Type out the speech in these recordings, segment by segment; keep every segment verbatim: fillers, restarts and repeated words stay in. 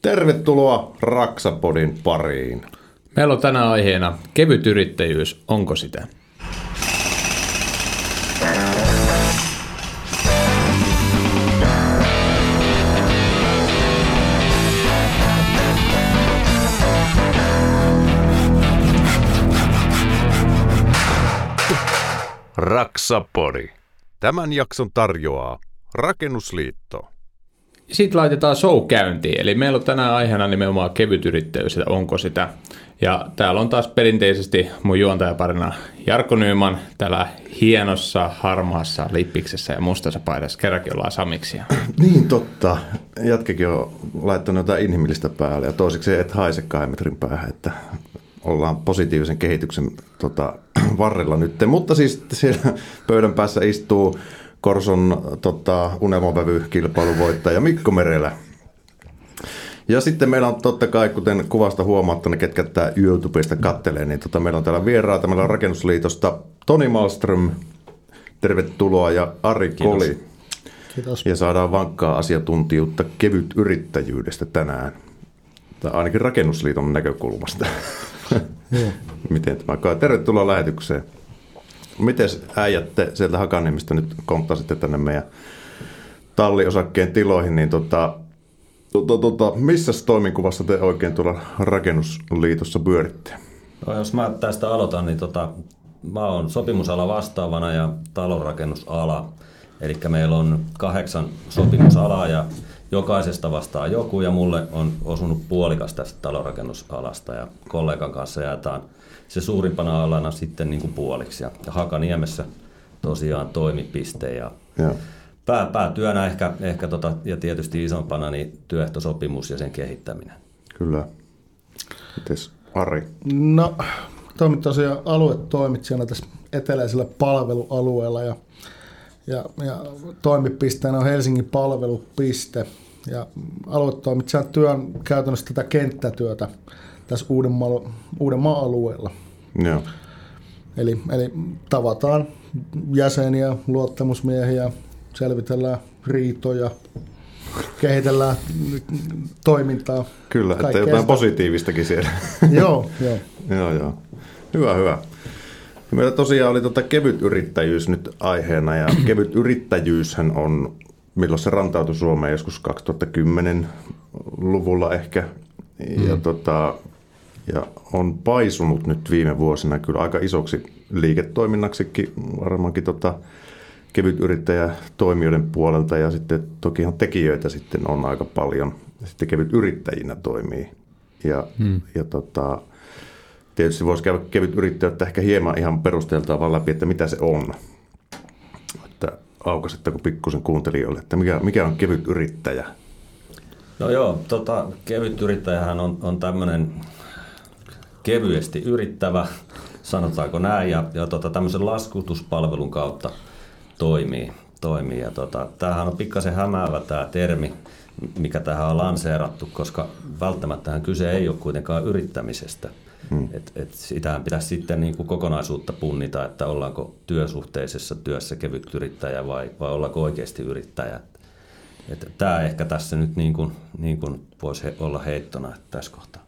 Tervetuloa Raksapodin pariin. Meillä on tänään aiheena kevyt yrittäjyys, onko sitä? Raksapodi. Tämän jakson tarjoaa Rakennusliitto. Sitten laitetaan show käyntiin, eli meillä on tänään aiheena nimenomaan kevyt yrittäjyys, että onko sitä. Ja täällä on taas perinteisesti mun juontajaparina Jarkko Nyman täällä hienossa, harmaassa lippiksessä ja mustassa paidassa. Kerrankin ollaan samiksia. Niin totta. Jatkekin on laittanut jotain inhimillistä päälle ja toiseksi et haise kahden metrin päähän, että ollaan positiivisen kehityksen tota, varrella nyt. Mutta siis siellä pöydän päässä istuu Korson tota, unelmavävy-kilpailun voittaja Mikko Merelä. Ja sitten meillä on totta kai, kuten kuvasta huomaatte, ne ketkä tämä YouTubesta kattelee, niin tota, meillä on täällä vieraita. Meillä on Rakennusliitosta Toni Malmström, tervetuloa, ja Ari Kiitos. Koli. Kiitos. Ja saadaan vankkaa asiantuntijuutta kevyt yrittäjyydestä tänään. Tai ainakin Rakennusliiton näkökulmasta. Miten tämä kai? Tervetuloa lähetykseen. Miten äijät te sieltä Hakaniemistä nyt konttasitte tänne meidän talliosakkeen tiloihin, niin tota, tota, tota, missä toimenkuvassa te oikein tuolla Rakennusliitossa pyöritte? No, jos mä tästä aloitan, niin tota, mä oon sopimusala vastaavana ja talonrakennusala. Eli meillä on kahdeksan sopimusalaa ja jokaisesta vastaa joku, ja mulle on osunut puolikas tästä talonrakennusalasta, ja kollegan kanssa jaetaan se suurimpana alana sitten niin kuin puoliksi. Ja Hakaniemessä tosiaan toimipiste ja pää, päätyönä ehkä, ehkä tota, ja tietysti isompana niin työehtosopimus ja sen kehittäminen. Kyllä. Mites Ari? No, toimit tosiaan aluetoimitsijana tässä eteläisellä palvelualueella ja, ja, ja toimipisteenä on Helsingin palvelupiste. Ja aluetoimitsijan työn käytännössä tätä kenttätyötä tässä Uudenmaan, Uudenmaan alueella. Joo. Eli, eli tavataan jäseniä, luottamusmiehiä, selvitellään riitoja, kehitellään toimintaa. Kyllä, että jotain sitä positiivistakin siellä. Joo, joo. joo, joo. Hyvä, hyvä. Meillä tosiaan oli tota kevyt yrittäjyys nyt aiheena, ja kevyt yrittäjyyshän on, milloin se rantautui Suomeen joskus kaksituhattakymmenen-luvulla ehkä, ja, mm. tota, ja on paisunut nyt viime vuosina kyllä aika isoksi liiketoiminnaksikin varmaankin tota, kevyt yrittäjätoimijoiden puolelta, ja sitten tokihan tekijöitä sitten on aika paljon, ja sitten kevyt yrittäjinä toimii, ja, mm. ja tota, tietysti voisi käydä kevyt yrittäjyyttä ehkä hieman ihan perusteeltaan vaan läpi, että mitä se on. Että aukaisitteko pikkusen kuuntelijoille, että mikä, mikä on kevyt yrittäjä? No joo, tota, kevyt yrittäjähän on, on tämmöinen kevyesti yrittävä, sanotaanko näin, ja, ja tota, tämmöisen laskutuspalvelun kautta toimii. toimii. Ja tota, tämähän on pikkasen hämäävä tämä termi, mikä tähän on lanseerattu, koska välttämättähän kyse ei ole kuitenkaan yrittämisestä. Hmm. Et, et sitähän pitäisi sitten niin kuin kokonaisuutta punnita, että ollaanko työsuhteisessa työssä kevyt yrittäjä vai, vai ollaanko oikeasti yrittäjä. Et tämä ehkä tässä nyt niin kuin, niin kuin voisi he, olla heittona tässä kohtaa.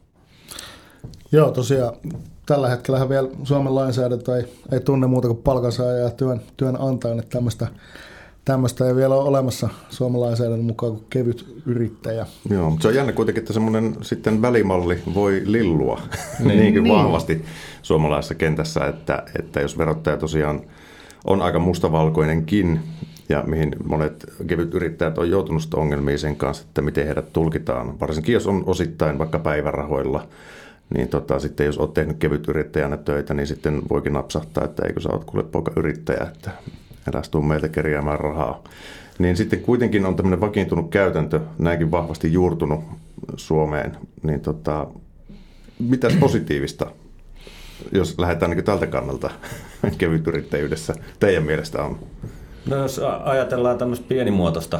Joo, tosiaan tällä hetkellähän vielä Suomen lainsäädäntö ei, ei tunne muuta kuin palkansaajaa ja työn, työnantajan, että tämmöistä Tämmöistä ei vielä ole olemassa Suomen lainsäädännön mukaan kuin kevyt yrittäjä. Joo, mutta se on jännä kuitenkin, että semmoinen sitten välimalli voi lillua niin, niinkin niin vahvasti suomalaisessa kentässä, että, että jos verottaja tosiaan on aika mustavalkoinenkin, ja mihin monet kevyt yrittäjät on joutunut ongelmiin sen kanssa, että miten heidät tulkitaan, varsinkin jos on osittain vaikka päivärahoilla, niin tota, sitten jos olet tehnyt kevyt yrittäjänä töitä, niin sitten voikin napsahtaa, että eikö sä oot kuule poika yrittäjä, että eläs tuu meiltä kerjäämään rahaa. Niin sitten kuitenkin on tämmöinen vakiintunut käytäntö, näinkin vahvasti juurtunut Suomeen. Niin tota, mitäs positiivista, jos lähdetään niin tältä kannalta kevytyrittäjyydessä teidän mielestä on? No jos ajatellaan tämmöistä pienimuotoista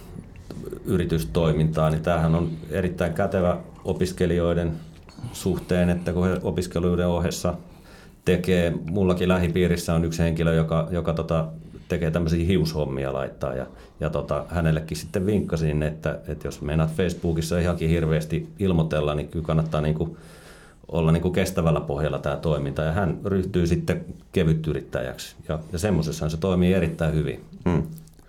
yritystoimintaa, niin tämähän on erittäin kätevä opiskelijoiden suhteen, että kun he opiskeluiden ohessa tekee, mullakin lähipiirissä on yksi henkilö, joka, joka tota, tekee tämmöisiä hiushommia laittaa. Ja, ja tota, hänellekin sitten vinkkasin, että, että jos meinaat Facebookissa ihankin hirveästi ilmoitella, niin kyllä kannattaa niin kuin olla niin kuin kestävällä pohjalla tämä toiminta. Ja hän ryhtyy sitten kevytyrittäjäksi. Ja, ja semmoisessahan se toimii erittäin hyvin. Hmm.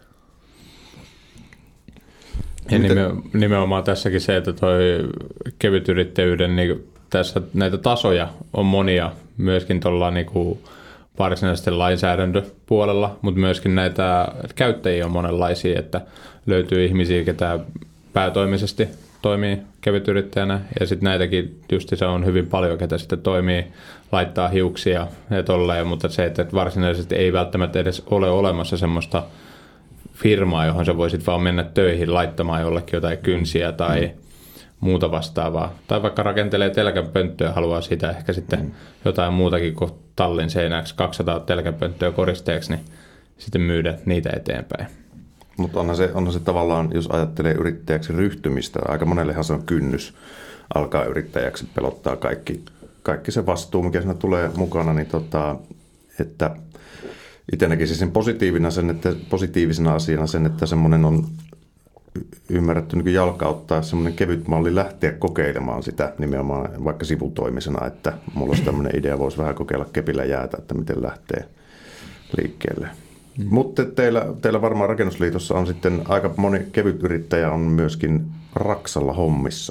Ja nimenomaan tässäkin se, että toi kevytyrittäjyyden, niin tässä näitä tasoja on monia myöskin tuolla niin kuin varsinaisesti lainsäädäntöpuolella, mutta myöskin näitä käyttäjiä on monenlaisia, että löytyy ihmisiä, ketä päätoimisesti toimii kevytyrittäjänä, ja sitten näitäkin just se on hyvin paljon, ketä sitten toimii, laittaa hiuksia ja tolleen, mutta se, että varsinaisesti ei välttämättä edes ole olemassa semmoista firmaa, johon sä voisit vaan mennä töihin laittamaan jollekin jotain kynsiä tai mm. muuta vastaavaa. Tai vaikka rakentelee telkäpönttöä ja haluaa siitä ehkä sitten mm. jotain muutakin kuin tallin seinäksi kaksisataa telkäpönttöä koristeeksi, niin sitten myydä niitä eteenpäin. Mutta onhan se, onhan se tavallaan, jos ajattelee yrittäjäksi ryhtymistä, aika monellehan se on kynnys alkaa yrittäjäksi, pelottaa kaikki, kaikki se vastuu, mikä siinä tulee mukana, niin tota, että itse näkisin sen positiivisena, sen, että, positiivisena asiana sen, että semmoinen on ymmärretty niin jalkauttaa semmoinen kevyt malli lähteä kokeilemaan sitä nimenomaan vaikka sivutoimisena, että mulla olisi tämmöinen idea, voisi vähän kokeilla kepillä jäätä, että miten lähtee liikkeelle. Mm. Mutta teillä, teillä varmaan Rakennusliitossa on sitten aika moni kevyt yrittäjä on myöskin Raksalla hommissa.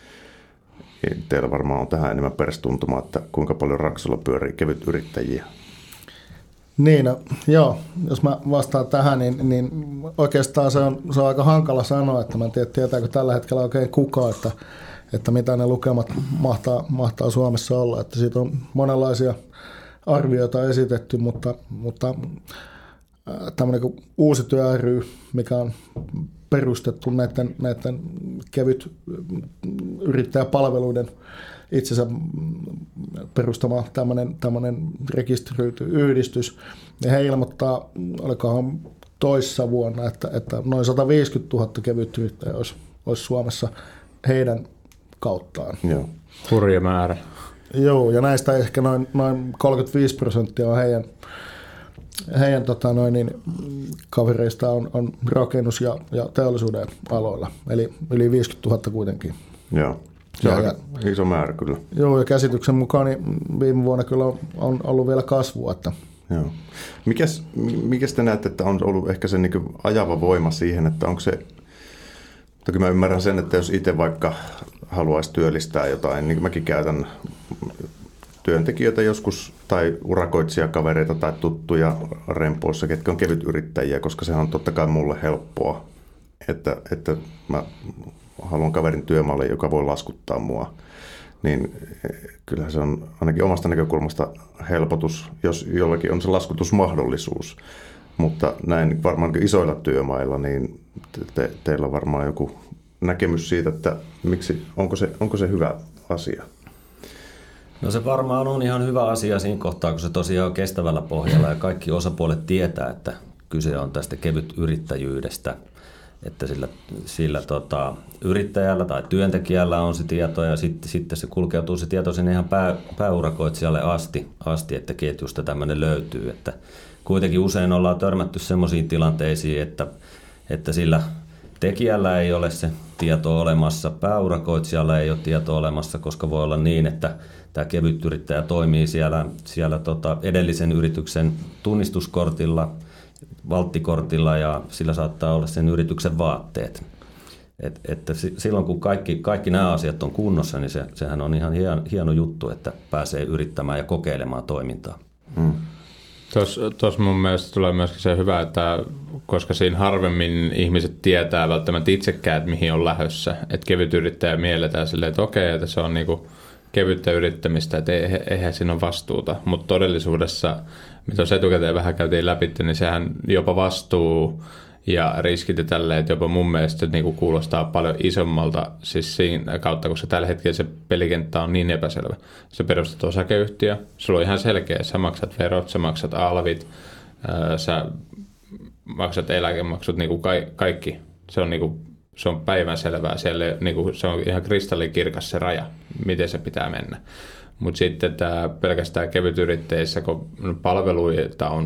Teillä varmaan on tähän enemmän perästuntuma, että kuinka paljon Raksalla pyörii kevyt yrittäjiä. Niin, no, joo. Jos mä vastaan tähän, niin, niin oikeastaan se on, se on aika hankala sanoa, että mä en tiedä, tietääkö tällä hetkellä oikein kukaan, että, että mitä ne lukemat mahtaa, mahtaa Suomessa olla. Että siitä on monenlaisia arvioita esitetty, mutta, mutta tämmöinen kuin Uusi Työ ry, mikä on perustettu näiden, näiden kevyt yrittäjäpalveluiden itsensä perustama tämmöinen, tämmöinen rekisteröity yhdistys, niin he ilmoittaa, olikohan toissa vuonna, että, että noin sata viisikymmentätuhatta kevyt yrittäjää olisi, olisi Suomessa heidän kauttaan. Joo. Hurja määrä. Joo, ja näistä ehkä noin, noin kolmekymmentäviisi prosenttia on heidän, heidän tota noin, niin, kavereista on, on rakennus- ja, ja teollisuuden aloilla, eli yli viisikymmentätuhatta kuitenkin. Joo. Se on ja, iso määrä kyllä. Joo, ja käsityksen mukaan niin viime vuonna kyllä on, on ollut vielä kasvua. Että. Joo. Mikäs, mikäs te näette, että on ollut ehkä se niin kuin ajava voima siihen, että onko se, toki mä ymmärrän sen, että jos itse vaikka haluaisi työllistää jotain, niin mäkin käytän työntekijöitä joskus tai urakoitsijakavereita tai tuttuja rempoissa, ketkä on kevyt yrittäjiä, koska sehän on totta kai mulle helppoa, että, että mä haluan kaverin työmaalle, joka voi laskuttaa mua, niin kyllähän se on ainakin omasta näkökulmasta helpotus, jos jollakin on se laskutusmahdollisuus. Mutta näin varmaan isoilla työmailla, niin te, teillä on varmaan joku näkemys siitä, että miksi, onko se, onko se hyvä asia? No se varmaan on ihan hyvä asia siinä kohtaa, kun se tosiaan on kestävällä pohjalla ja kaikki osapuolet tietää, että kyse on tästä kevyt yrittäjyydestä. Että sillä, sillä tota, yrittäjällä tai työntekijällä on se tieto ja sitten, sitten se kulkeutuu se tieto sinne ihan pää, pääurakoitsijalle asti, asti, että ketjusta tämmöinen löytyy. Että kuitenkin usein ollaan törmätty semmoisiin tilanteisiin, että, että sillä tekijällä ei ole se tieto olemassa, pääurakoitsijalla ei ole tieto olemassa, koska voi olla niin, että tämä kevyt yrittäjä toimii siellä, siellä tota edellisen yrityksen tunnistuskortilla, valttikortilla ja sillä saattaa olla sen yrityksen vaatteet. Et, että silloin kun kaikki, kaikki nämä asiat on kunnossa, niin se, sehän on ihan hieno, hieno juttu, että pääsee yrittämään ja kokeilemaan toimintaa. Hmm. Tuossa mun mielestä tulee myöskin se hyvä, että koska siinä harvemmin ihmiset tietää välttämättä itsekään, että mihin on lähdössä. Että kevyt yrittäjä mielletään silleen, että okei, että se on niinku kevyttä yrittämistä, että eihän siinä ole vastuuta. Mutta todellisuudessa, mitä tuossa etukäteen vähän käytiin läpi, niin sehän jopa vastuu ja riskit ja tälleen, että jopa mun mielestä niin kuulostaa paljon isommalta siis siinä kautta, koska tällä hetkellä se pelikenttä on niin epäselvä. Sä perustat osakeyhtiö, sulla on ihan selkeä, sä maksat verot, sä maksat alvit, sä maksat eläkemaksut, niin kuin kaikki. Se on, niin kuin, se on päivänselvää, siellä niin kuin, se on ihan kristallinkirkas se raja, miten se pitää mennä. Mutta sitten tämä pelkästään kevytyrittäjissä, kun palveluita on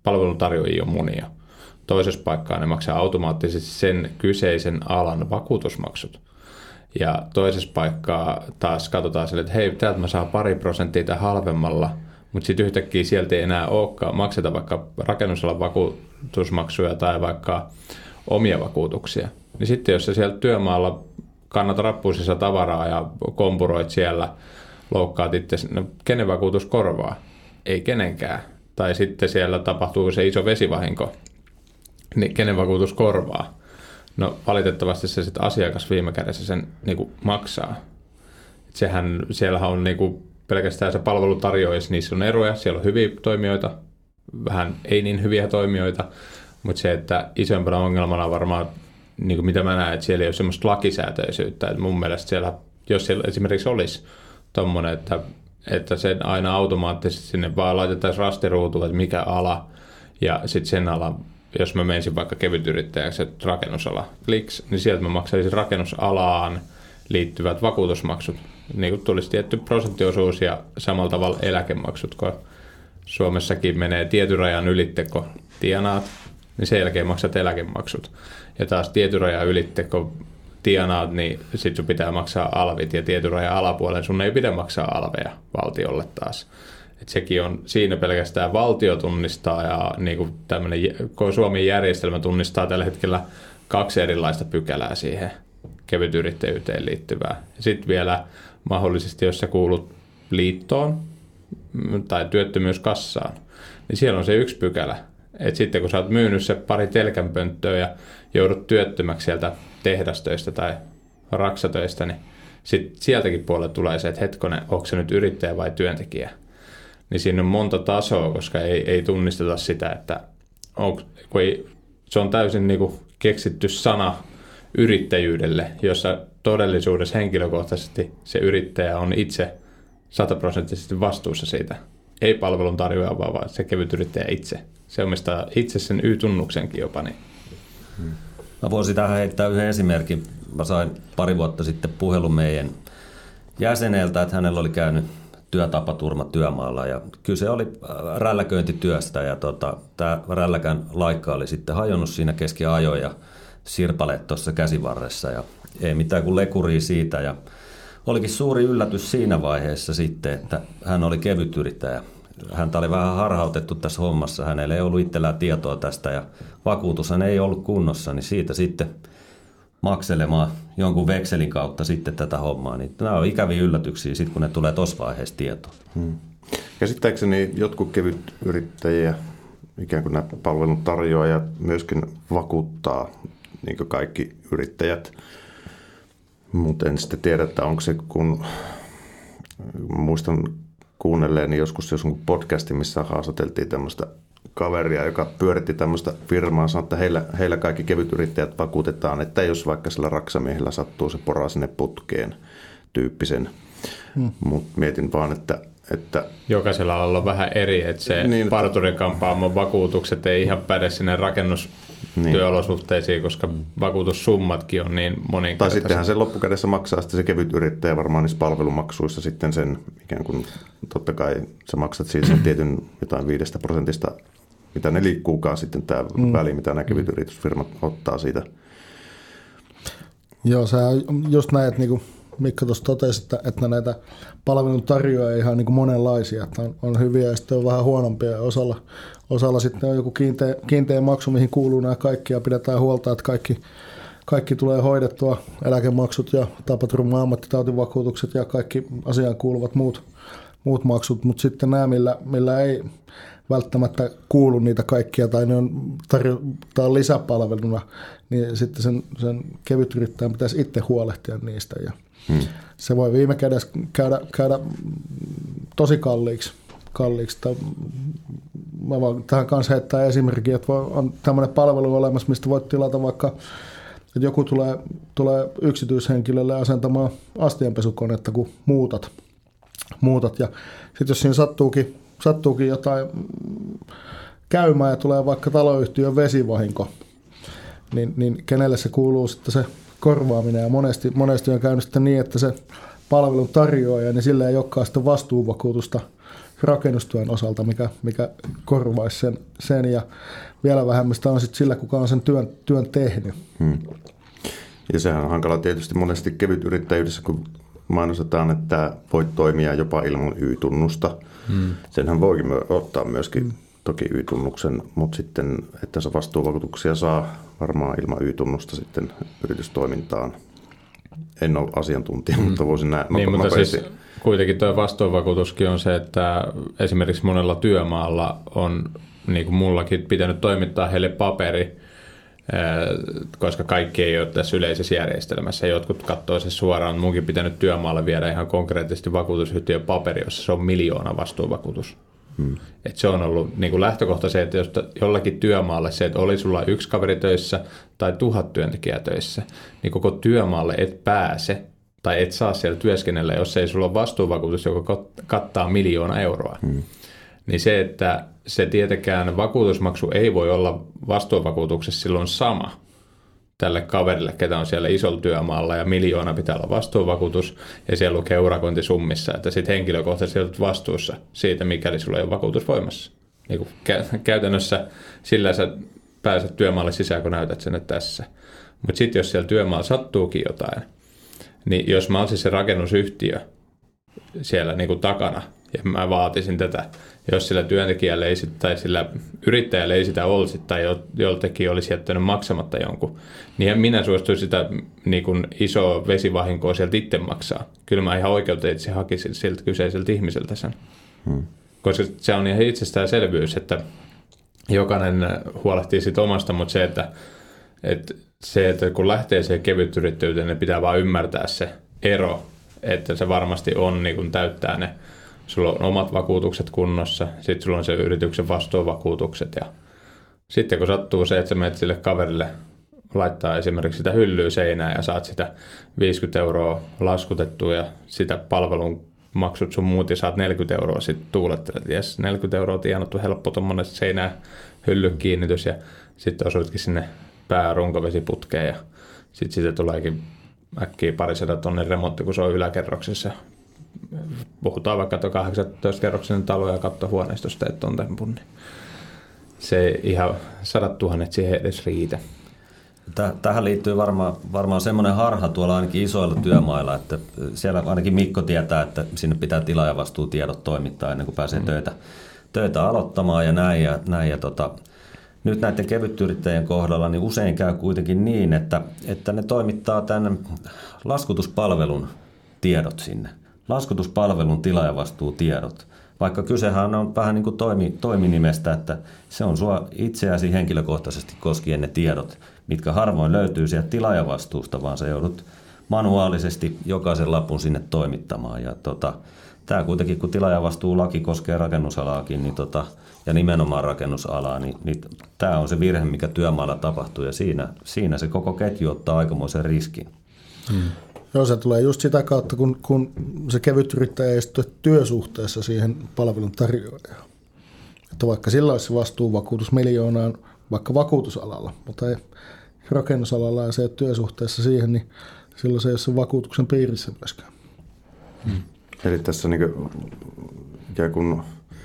palveluntarjoajia on monia. Toisessa paikkaa ne maksaa automaattisesti sen kyseisen alan vakuutusmaksut. Ja toisessa paikkaa taas katsotaan sille, että hei, täältä mä saan pari prosenttia halvemmalla, mutta sitten yhtäkkiä sieltä ei enää olekaan makseta vaikka rakennusalan vakuutusmaksuja tai vaikka omia vakuutuksia. Niin sitten jos sä siellä työmaalla kannat rappuisessa tavaraa ja kompuroit siellä, loukkaat itse, no kenen vakuutus korvaa? Ei kenenkään. Tai sitten siellä tapahtuu se iso vesivahinko, niin kenen vakuutus korvaa? No valitettavasti se sitten asiakas viime kädessä sen niin kuin maksaa. Et sehän, siellähän on niin kuin pelkästään se palvelutarjoajissa, niissä on eroja, siellä on hyviä toimijoita, vähän ei niin hyviä toimijoita, mutta se, että isompana ongelmana varmaan, niin kuin mitä mä näen, että siellä ei ole semmoista lakisääteisyyttä, että mun mielestä siellä, jos siellä esimerkiksi olisi tommoinen, että, että sen aina automaattisesti sinne vaan laitettaisiin rastiruutuun, että mikä ala, ja sitten sen ala, jos mä menisin vaikka kevytyrittäjäksi, että rakennusala, kliks, niin sieltä mä maksaisin rakennusalaan liittyvät vakuutusmaksut. Niin kuin tulisi tietty prosenttiosuus ja samalla tavalla eläkemaksut, kun Suomessakin menee tietyn rajan ylitte, kun tienaat, niin sen jälkeen maksat eläkemaksut. Ja taas tietyn rajan ylitte, kun tienaat, niin sitten sun pitää maksaa alvit ja tietyn rajan alapuolella sun ei pidä maksaa alveja valtiolle taas. Et sekin on siinä pelkästään valtio tunnistaa ja niin kuin tämmöinen Suomen järjestelmä tunnistaa tällä hetkellä kaksi erilaista pykälää siihen kevytyrittäjyyteen liittyvää. Sitten vielä mahdollisesti, jos sä kuulut liittoon tai työttömyyskassaan, niin siellä on se yksi pykälä. Et sitten kun sä oot myynyt se pari telkänpönttöä ja joudut työttömäksi sieltä tehdastöistä tai raksatöistä, niin sit sieltäkin puolelle tulee se, että hetkonen, onko se nyt yrittäjä vai työntekijä. Niin siinä on monta tasoa, koska ei, ei tunnisteta sitä, että onko, kun ei, se on täysin niin kuin keksitty sana yrittäjyydelle, jossa todellisuudessa henkilökohtaisesti se yrittäjä on itse sataprosenttisesti vastuussa siitä. Ei palveluntarjoaja, vaan se kevytyrittäjä itse. Se omistaa itse sen Y-tunnuksenkin jopa. Niin. Mä voisin tähän heittää yhden esimerkin. Mä sain pari vuotta sitten puhelun meidän jäseneltä, että hänellä oli käynyt työtapaturma työmaalla ja kyse oli rälläköintityöstä ja tota, tämä rälläkän laikka oli sitten hajonnut siinä kesken ajoin ja sirpaleet tuossa käsivarressa ja ei mitään kuin lekuria siitä ja olikin suuri yllätys siinä vaiheessa sitten, että hän oli kevytyrittäjä. Häntä oli vähän harhautettu tässä hommassa, hänellä ei ollut itsellään tietoa tästä ja vakuutushan ei ollut kunnossa, niin siitä sitten makselemaan jonkun vekselin kautta sitten tätä hommaa. Niin nämä on ikäviä yllätyksiä sitten, kun ne tulee tuossa vaiheessa tietoon. Hmm. Käsittääkseni jotkut kevytyrittäjiä, ikään kuin nämä palveluntarjoajat myöskin vakuuttaa, niin kuin kaikki yrittäjät. Mutta en sitten tiedä, että onko se, kun muistan kuunnelleeni joskus joskus podcastin, missä haastateltiin tämmöistä kaveria, joka pyöritti tämmöistä firmaa, sanoi, että heillä, heillä kaikki kevytyrittäjät vakuutetaan, että jos vaikka sillä raksamiehellä sattuu se pora sinne putkeen tyyppisen. Hmm. Mutta mietin vaan, että, että jokaisella alalla on vähän eri, että se niin, parturikampaamon vakuutukset ei ihan päde sinne rakennustyöolosuhteisiin, koska vakuutussummatkin on niin moninkertaisia. Tai sittenhän se loppukädessä maksaa sitten se kevytyrittäjä varmaan niissä palvelumaksuissa sitten sen ikään kuin, totta kai sä maksat siitä sen tietyn jotain viidestä prosentista, mitä ne liikkuukaan sitten tämä mm. väli, mitä nämä kevytyritysfirmat ottaa siitä. Joo, se on just näin, että niinku Mikko tuossa totesi, että, että näitä palveluntarjoajia ihan niin kuin monenlaisia, että on, on hyviä ja sitten on vähän huonompia ja osalla, osalla sitten on joku kiinteä, kiinteä maksu, mihin kuuluu nämä kaikki ja pidetään huolta, että kaikki, kaikki tulee hoidettua, eläkemaksut ja tapaturma- ammattitautivakuutukset ja kaikki asiaan kuuluvat muut, muut maksut, mutta sitten nämä, millä, millä ei välttämättä kuulu niitä kaikkia tai ne on tarjotaan lisäpalveluna, niin sitten sen, sen kevytyrittäjän pitäisi itse huolehtia niistä ja hmm. se voi viime kädessä käydä, käydä tosi kalliiksi. kalliiksi. Mä voin tähän kanssa heittää esimerkkiä, että on tämmöinen palvelu olemassa, mistä voit tilata vaikka, että joku tulee, tulee yksityishenkilölle asentamaan astianpesukonetta, kun muutat. muutat. Ja sitten jos siinä sattuukin, sattuukin jotain käymään ja tulee vaikka taloyhtiön vesivahinko, niin, niin kenelle se kuuluu sitten se korvaaminen. Ja monesti, monesti on käynyt sitten niin, että se palvelun tarjoaja, niin sillä ei olekaan sitten vastuuvakuutusta, rakennustuen osalta, mikä, mikä korvaisi sen, sen ja vielä vähemmistä on sitten sillä, kuka on sen työn, työn tehnyt. Hmm. Ja sehän on hankala tietysti monesti kevyt yrittäjyydessä, kun mainostetaan, että voit toimia jopa ilman Y-tunnusta. Hmm. Senhän voikin ottaa myöskin hmm. toki Y-tunnuksen, mutta sitten, että se vastuuvakuutuksia saa varmaan ilman Y-tunnusta sitten yritystoimintaan. En ole asiantuntija, hmm. mutta voisin näin niin, mutta siis kuitenkin tuo vastuuvakuutuskin on se, että esimerkiksi monella työmaalla on, niin kuin mullakin, pitänyt toimittaa heille paperi, koska kaikki ei ole tässä yleisessä järjestelmässä. Jotkut katsoo se suoraan. Munkin pitänyt työmaalle viedä ihan konkreettisesti vakuutusyhtiön paperi, jossa se on miljoona vastuuvakuutus. Hmm. Et se on ollut niin kuin lähtökohta se, että jos jollakin työmaalle se, että oli sulla yksi kaveri töissä tai tuhat työntekijää töissä, niin koko työmaalle et pääse tai et saa siellä työskennellä, jos ei sulla ole vastuuvakuutus, joka kattaa miljoona euroa. Hmm. Niin se, että se tietenkään vakuutusmaksu ei voi olla vastuuvakuutuksessa silloin sama tälle kaverille, ketä on siellä isolla työmaalla ja miljoona pitää olla vastuuvakuutus ja siellä lukee urakointisummissa, että sitten henkilökohtaisesti olet vastuussa siitä, mikäli sulla ei ole vakuutus voimassa. Niin kuin kä- käytännössä sillä sä pääset työmaalle sisään, kun näytät sen, että tässä. Mutta sitten jos siellä työmaalla sattuukin jotain, niin jos mä olisin se rakennusyhtiö siellä niin kuin takana, ja mä vaatisin tätä, jos sillä työntekijällä ei sit, tai sillä yrittäjällä ei sitä olisi, tai joltakin olisi jättänyt maksamatta jonkun, niin minä suostuisin sitä niin kuin isoa vesivahinkoa sieltä itse maksaa. Kyllä mä ihan oikeuteitse hakisin siltä kyseiseltä ihmiseltä sen. Hmm. Koska se on ihan itsestäänselvyys, että jokainen huolehtii siitä omasta, mutta se, että, että, se, että kun lähtee siihen kevytyrittäjyyteen, niin pitää vaan ymmärtää se ero, että se varmasti on niin kuin täyttää ne. Sulla on omat vakuutukset kunnossa, sitten sulla on se yrityksen vastuuvakuutukset ja sitten kun sattuu se, että sä menet sille kaverille laittaa esimerkiksi sitä hyllyä seinään ja saat sitä viisikymmentä euroa laskutettua ja sitä palvelun maksut sun muut ja saat neljäkymmentä euroa, sitten tuulettelet, jes, neljäkymmentä euroa tienattu helppo tuommoinen seinään hyllyn kiinnitys ja sitten osuitkin sinne päärunkovesiputkeen ja sitten siitä tuleekin äkkiä parisataa tonnin remontti, kun se on yläkerroksessa. Puhutaan vaikka tuo kahdeksantoista-kerroksinen talo ja kattohuoneistosta, että on tempun, niin se ei ihan sadat tuhannet siihen edes riitä. Tähän liittyy varmaan, varmaan semmoinen harha tuolla ainakin isoilla työmailla, että siellä ainakin Mikko tietää, että sinne pitää tilaajavastuutiedot toimittaa ennen kuin pääsee mm. töitä, töitä aloittamaan ja näin. Ja, näin ja tota, nyt näiden kevytyrittäjien kohdalla niin usein käy kuitenkin niin, että, että ne toimittaa tämän laskutuspalvelun tiedot sinne. Laskutuspalvelun tilaajavastuutiedot. Vaikka kysehän on vähän niin kuin toimi, toiminimestä, että se on sua itseäsi henkilökohtaisesti koskien ne tiedot, mitkä harvoin löytyy sieltä tilaajavastuusta, vaan sä joudut manuaalisesti jokaisen lapun sinne toimittamaan. Ja tota, tämä kuitenkin, kun tilaajavastuulaki koskee rakennusalaakin niin tota, ja nimenomaan rakennusalaa, niin, niin tämä on se virhe, mikä työmaalla tapahtuu ja siinä, siinä se koko ketju ottaa aikamoisen riskin. Hmm. Joo, se tulee just sitä kautta, kun, kun se kevytyrittäjä ei ole työsuhteessa siihen palvelun tarjoajaan. Että vaikka sillä olisi se vastuuvakuutus miljoonaan vaikka vakuutusalalla, mutta ei rakennusalalla ja se ei ole työsuhteessa siihen, niin silloin se ei ole sen vakuutuksen piirissä myöskään. Hmm. Eli tässä niin kuin, ikään kuin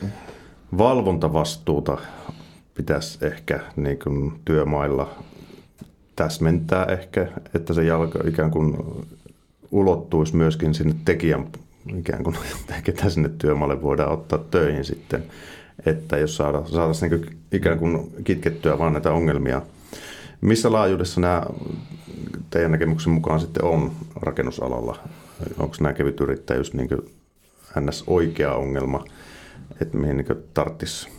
valvontavastuuta pitäisi ehkä niin kuin työmailla täsmentää ehkä, että se jalka ikään kuin ulottuisi myöskin sinne tekijän, ikään kuin ketä sinne työmaalle voidaan ottaa töihin sitten, että jos saada, saataisiin niin ikään kuin kitkettyä vaan näitä ongelmia. Missä laajuudessa nämä teidän näkemyksen mukaan sitten on rakennusalalla? Onko nämä kevytyrittäjyys niin kuin ns. Oikea ongelma, että mihin niin tarvitsisi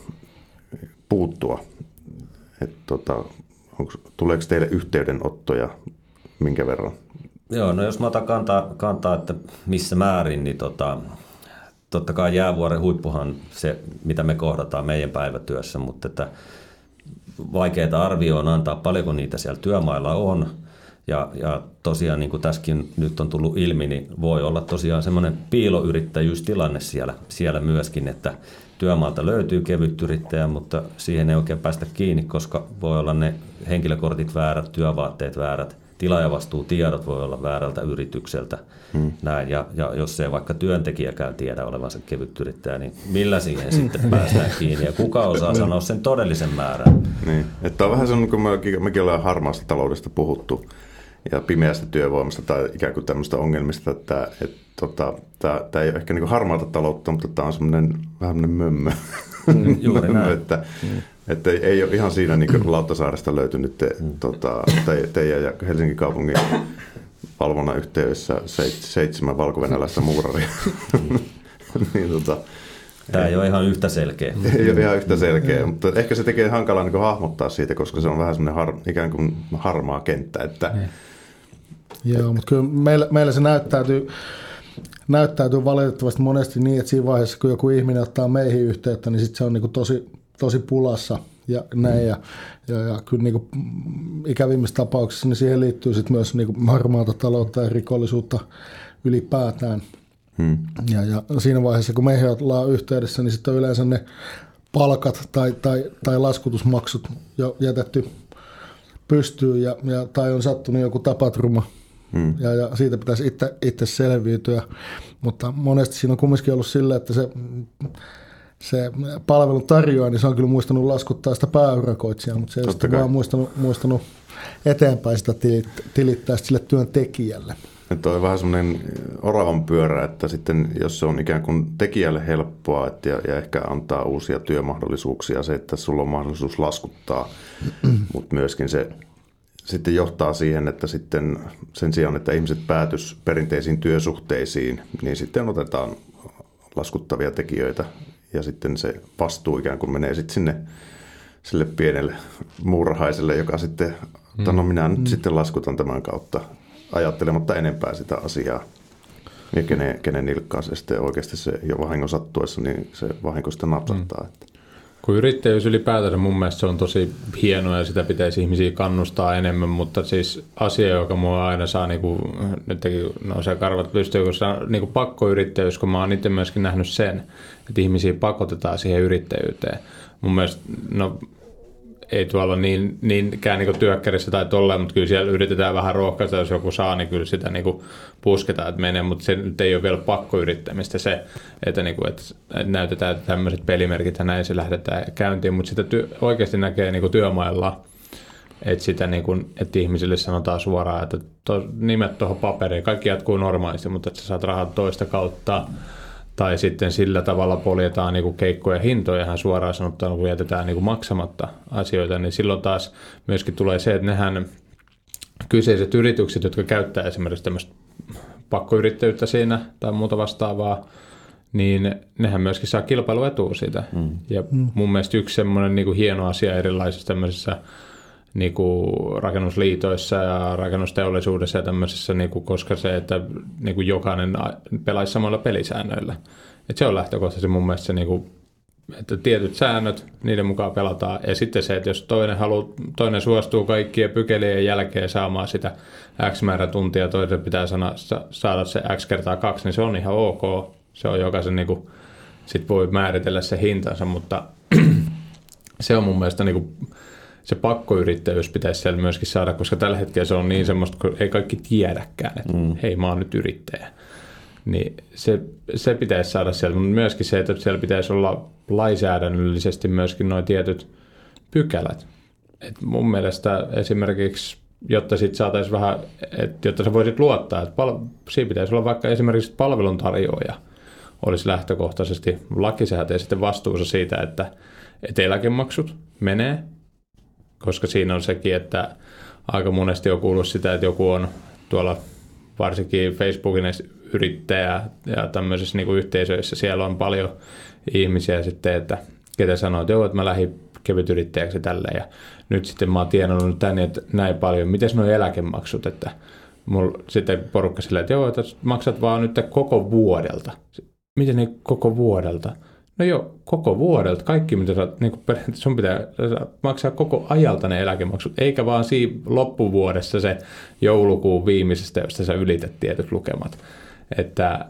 puuttua? Että tota, onko, tuleeko teille yhteydenottoja minkä verran? Joo, no jos mä otan kantaa, kantaa että missä määrin, niin tota, totta kai jäävuoren huippuhan se, mitä me kohdataan meidän päivätyössä, mutta että vaikeaa arvioon antaa paljonko niitä siellä työmailla on. Ja, ja tosiaan niin kuin tässäkin nyt on tullut ilmi, niin voi olla tosiaan semmoinen piiloyrittäjyystilanne siellä, siellä myöskin, että työmaalta löytyy kevytyrittäjä, mutta siihen ei oikein päästä kiinni, koska voi olla ne henkilökortit väärät, työvaatteet väärät, tilaajavastuutiedot voi olla väärältä yritykseltä. Hmm. Näin. Ja, ja jos ei vaikka työntekijäkään tiedä olevansa kevytyrittäjä, niin millä siihen sitten päästään kiinni ja kuka osaa sanoa sen todellisen määrän? Niin. Että on vähän sellainen, kun mekin, mekin ollaan harmaasta taloudesta puhuttu ja pimeästä työvoimasta tai ikään kuin tämmöistä ongelmista, että et, tota, tämä ei ole ehkä niin kuin harmaata taloutta, mutta tämä on semmoinen vähän semmoinen mömmö. Mm, juuri näin. että, mm. että ei ole ihan siinä niin kuin Lauttasaaresta löytynyt te, mm. tota, te, teidän ja Helsingin kaupungin valvonnan yhteydessä seitsemän valkovenäläistä muuraria. niin, tota, Tämä ei ole ihan yhtä selkeä. Ei ole ihan yhtä selkeä, mutta ehkä se tekee hankalaa niin kuin hahmottaa siitä, koska se on vähän semmoinen har, ikään kuin harmaa kenttä. Että... Joo, mutta kyllä meillä, meillä se näyttäytyy, näyttäytyy valitettavasti monesti niin, että siinä vaiheessa, kun joku ihminen ottaa meihin yhteyttä, niin sit se on niin kuin tosi, tosi pulassa ja näin. Ja, ja, ja kyllä niin kuin ikävimmissä tapauksissa niin siihen liittyy sit myös niin kuin harmaata taloutta ja rikollisuutta ylipäätään. Hmm. Ja, ja siinä vaiheessa, kun meihin ollaan yhteydessä, niin sitten on yleensä ne palkat tai, tai, tai laskutusmaksut jo jätetty pystyyn ja, ja, tai on sattunut joku tapaturma hmm. ja, ja siitä pitäisi itse, itse selviytyä. Mutta monesti siinä on kumminkin ollut sillä, että se, se palvelun tarjoaja, niin se on kyllä muistanut laskuttaa sitä pääurakoitsijaa, mutta se ei ole vaan muistanut, muistanut eteenpäin sitä tilittää sille työntekijälle. Että on vähän semmoinen oravan pyörä, että sitten jos se on ikään kuin tekijälle helppoa että ja, ja ehkä antaa uusia työmahdollisuuksia, se, että sulla on mahdollisuus laskuttaa, mutta myöskin se sitten johtaa siihen, että sitten sen sijaan, että ihmiset päätys perinteisiin työsuhteisiin, niin sitten otetaan laskuttavia tekijöitä ja sitten se vastuu ikään kuin menee sitten sinne sille pienelle muurahaiselle, joka sitten, että no minä nyt mm. sitten laskutan tämän kautta. Ajattelematta enempää sitä asiaa ja kenen, kenen nilkkaan se sitten oikeasti se jo vahinko sattuessa, niin se vahinko sitten napsahtaa. Mm. Kun yrittäjyys ylipäätänsä mun mielestä se on tosi hienoa ja sitä pitäisi ihmisiä kannustaa enemmän, mutta siis asia, joka mua aina saa, niin kuin, nytkin nousee karvat pystyy, kun saa niin kuin pakkoyrittäjyys, kun mä oon itse myöskin nähnyt sen, että ihmisiä pakotetaan siihen yrittäjyyteen. Mun mielestä, no ei tuolla niin, niinkään niin työkkärissä tai tolleen, mutta kyllä siellä yritetään vähän rohkaista, jos joku saa, niin kyllä sitä niin pusketaan, että menee, mutta se nyt ei ole vielä pakkoyrittämistä se, että, niin kuin, että näytetään, että tämmöiset pelimerkit ja näin se lähdetään käyntiin, mutta sitä työ, oikeasti näkee niin työmailla, että, sitä, niin kuin, että ihmisille sanotaan suoraan, että to, nimet tuohon paperiin, kaikki jatkuu normaalisti, mutta että sä saat rahat toista kautta, tai sitten sillä tavalla poljetaan niin keikkojen hintoja ihan suoraan sanottuna, kun jätetään niin maksamatta asioita, niin silloin taas myöskin tulee se, että nehän kyseiset yritykset, jotka käyttää esimerkiksi tämmöistä pakkoyrittäjyyttä siinä tai muuta vastaavaa, niin nehän myöskin saa kilpailuetua siitä. Mm. Ja mun mielestä yksi semmoinen niin kuin hieno asia erilaisissa tämmöisissä niin kuin rakennusliitoissa ja rakennusteollisuudessa ja tämmöisessä, niin kuin, koska se, että niin kuin jokainen pelaisi samoilla pelisäännöillä. Et se on lähtökohtaisesti mun mielestä se, niin kuin, että tietyt säännöt, niiden mukaan pelataan. Ja sitten se, että jos toinen, halu, toinen suostuu kaikkien pykälien jälkeen saamaan sitä X määrä tuntia, toinen pitää sana, saada se X kertaa kaksi, niin se on ihan ok. Se on jokaisen, niin kuin, sit voi määritellä se hintansa, mutta se on mun mielestä niin kuin, se pakkoyrittäjyys pitäisi siellä myöskin saada, koska tällä hetkellä se on niin semmoista, kun ei kaikki tiedäkään, että mm. hei, mä oon nyt yrittäjä. Niin se, se pitäisi saada sieltä, mutta myöskin se, että siellä pitäisi olla lainsäädännöllisesti myöskin nuo tietyt pykälät. Et mun mielestä esimerkiksi, jotta sit saataisiin vähän, että jotta sä voisit luottaa, että pal- siinä pitäisi olla vaikka esimerkiksi palveluntarjoaja olisi lähtökohtaisesti lakisääteisesti vastuussa siitä, että, että eläkemaksut menee, koska siinä on sekin, että aika monesti on kuullut sitä, että joku on tuolla varsinkin Facebookin yrittäjä ja tämmöisissä niin kuin yhteisöissä, siellä on paljon ihmisiä sitten, että ketä sanoo, että joo, että mä lähdin kevytyrittäjäksi tälleen ja nyt sitten mä oon tienannut tänne, että näin paljon, miten nuo eläkemaksut, että mulla sitten porukka silleen, että joo, että maksat vaan nyt koko vuodelta. Miten ne koko vuodelta? No joo, koko vuodelta. Kaikki, mitä sä, niin kuin, sun pitää maksaa koko ajalta ne eläkemaksut, eikä vaan siinä loppuvuodessa se joulukuun viimeisestä, josta sä ylität tietyt lukemat. Että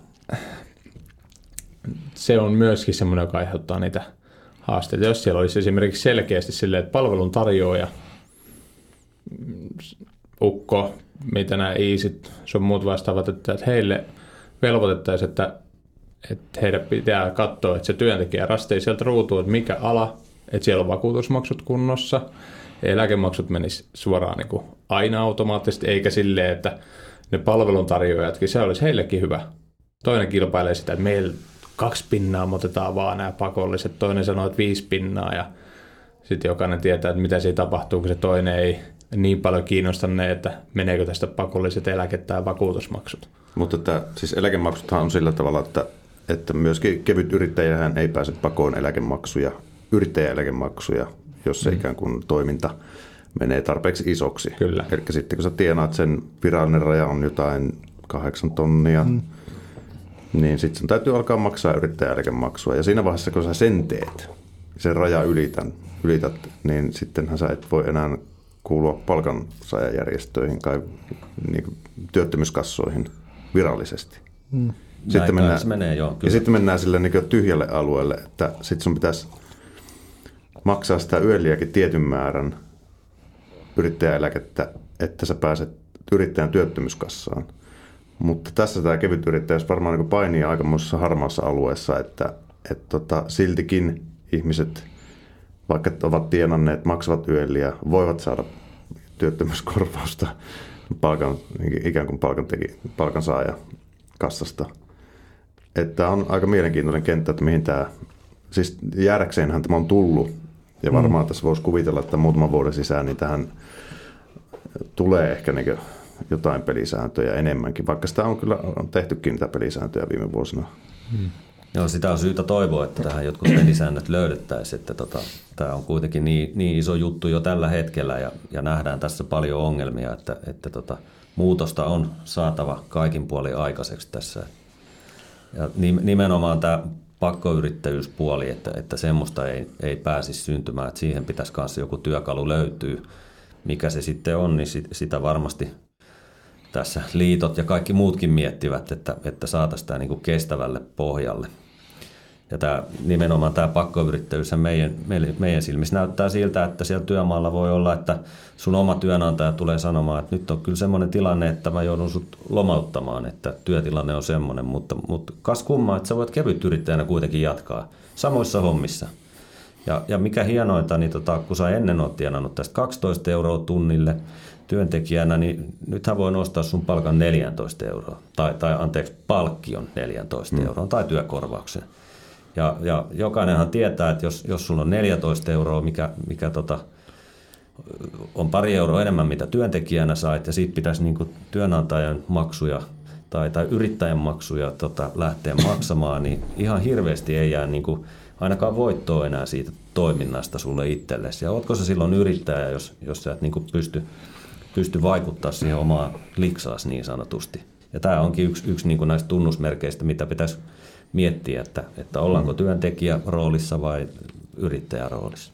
se on myöskin semmoinen, joka aiheuttaa niitä haasteita. Jos siellä olisi esimerkiksi selkeästi silleen, että palvelun tarjoaja, ukko, mitä nämä Easyt, sun muut vastaavat, että heille velvoitettaisiin, että, että heidän pitää katsoa, että se työntekijä rastee sieltä ruutuun, että mikä ala, että siellä on vakuutusmaksut kunnossa, eläkemaksut menis suoraan niin kuin aina automaattisesti, eikä silleen, että ne palveluntarjoajatkin, se olisi heillekin hyvä. Toinen kilpailee sitä, että meillä kaksi pinnaa, me otetaan vaan nämä pakolliset, toinen sanoo, että viisi pinnaa, ja sitten jokainen tietää, että mitä siinä tapahtuu, kun se toinen ei niin paljon kiinnosta ne, että meneekö tästä pakolliset eläke- tai vakuutusmaksut. Mutta että, siis eläkemaksuthan on sillä tavalla, että, että myöskin kevyt yrittäjähän ei pääse pakoon eläkemaksuja, yrittäjäeläkemaksuja, jos se mm. ikään kuin toiminta menee tarpeeksi isoksi. Kyllä. Eli sitten kun sä tienaat sen virallinen raja on jotain kahdeksan tonnia, mm. niin sitten sun täytyy alkaa maksaa yrittäjäeläkemaksua. Ja siinä vaiheessa, kun sä sen teet, sen raja ylitän, ylität, niin sittenhän sä et voi enää kuulua palkansaajajärjestöihin tai niin työttömyyskassoihin virallisesti. Mm. Sitten mennään, menee, joo, ja sitten mennään sille niin tyhjälle alueelle, että sitten sun pitäisi maksaa sitä yöliäkin tietyn määrän yrittäjäeläkettä, että sä pääset yrittäjän työttömyyskassaan. Mutta tässä tämä kevyt yrittäjyys varmaan niin painii aikamoisessa harmaassa alueessa, että et tota, siltikin ihmiset, vaikka ovat tienanneet, maksavat yöliä, voivat saada työttömyyskorvausta palkan, ikään kuin palkanteki, palkansaaja kassasta. Että on aika mielenkiintoinen kenttä, että mihin tämä, siis jäädäkseenhän tämä on tullut, ja varmaan mm. tässä voisi kuvitella, että muutaman vuoden sisään niin tähän tulee ehkä niin jotain pelisääntöjä enemmänkin, vaikka sitä on kyllä on tehtykin niitä pelisääntöjä viime vuosina. Mm. Joo, sitä on syytä toivoa, että tähän jotkut pelisäännöt löydettäisiin, että tota, tämä on kuitenkin niin, niin iso juttu jo tällä hetkellä ja, ja nähdään tässä paljon ongelmia, että, että tota, muutosta on saatava kaikin puolin aikaiseksi tässä. Ja nimenomaan tämä pakkoyrittäjyyspuoli, että, että semmoista ei, ei pääsisi syntymään, että siihen pitäisi myös joku työkalu löytyy. Mikä se sitten on, niin sit, sitä varmasti tässä liitot ja kaikki muutkin miettivät, että, että saataisiin tämä niin kuin kestävälle pohjalle. Ja tämä, nimenomaan tämä pakkoyrittäjyys meidän, meidän silmissä näyttää siltä, että siellä työmaalla voi olla, että sun oma työnantaja tulee sanomaan, että nyt on kyllä semmoinen tilanne, että mä joudun sut lomauttamaan, että työtilanne on semmoinen, mutta, mutta kas kummaa, että sä voit kevyt yrittäjänä kuitenkin jatkaa samoissa hommissa. Ja, ja mikä hienointa, niin tota, kun sä ennen oot tienannut tästä kaksitoista euroa tunnille työntekijänä, niin nythän voi nostaa sun palkan neljätoista euroa, tai, tai anteeksi, palkkion neljätoista mm. euroa, tai työkorvauksen. Ja, ja jokainenhan tietää, että jos, jos sulla on neljätoista euroa, mikä, mikä tota, on pari euroa enemmän, mitä työntekijänä sait, ja siitä pitäisi niin kuin työnantajan maksuja tai, tai yrittäjän maksuja tota, lähteä maksamaan, niin ihan hirveästi ei jää niin kuin ainakaan voittoa enää siitä toiminnasta sulle itsellesi. Ja ootko sä silloin yrittäjä, jos, jos sä et niin kuin pysty, pysty vaikuttaa siihen omaan liksaasi niin sanotusti. Ja tämä onkin yksi, yksi niin kuin näistä tunnusmerkeistä, mitä pitäisi miettiä, että, että ollaanko työntekijä roolissa vai yrittäjän roolissa.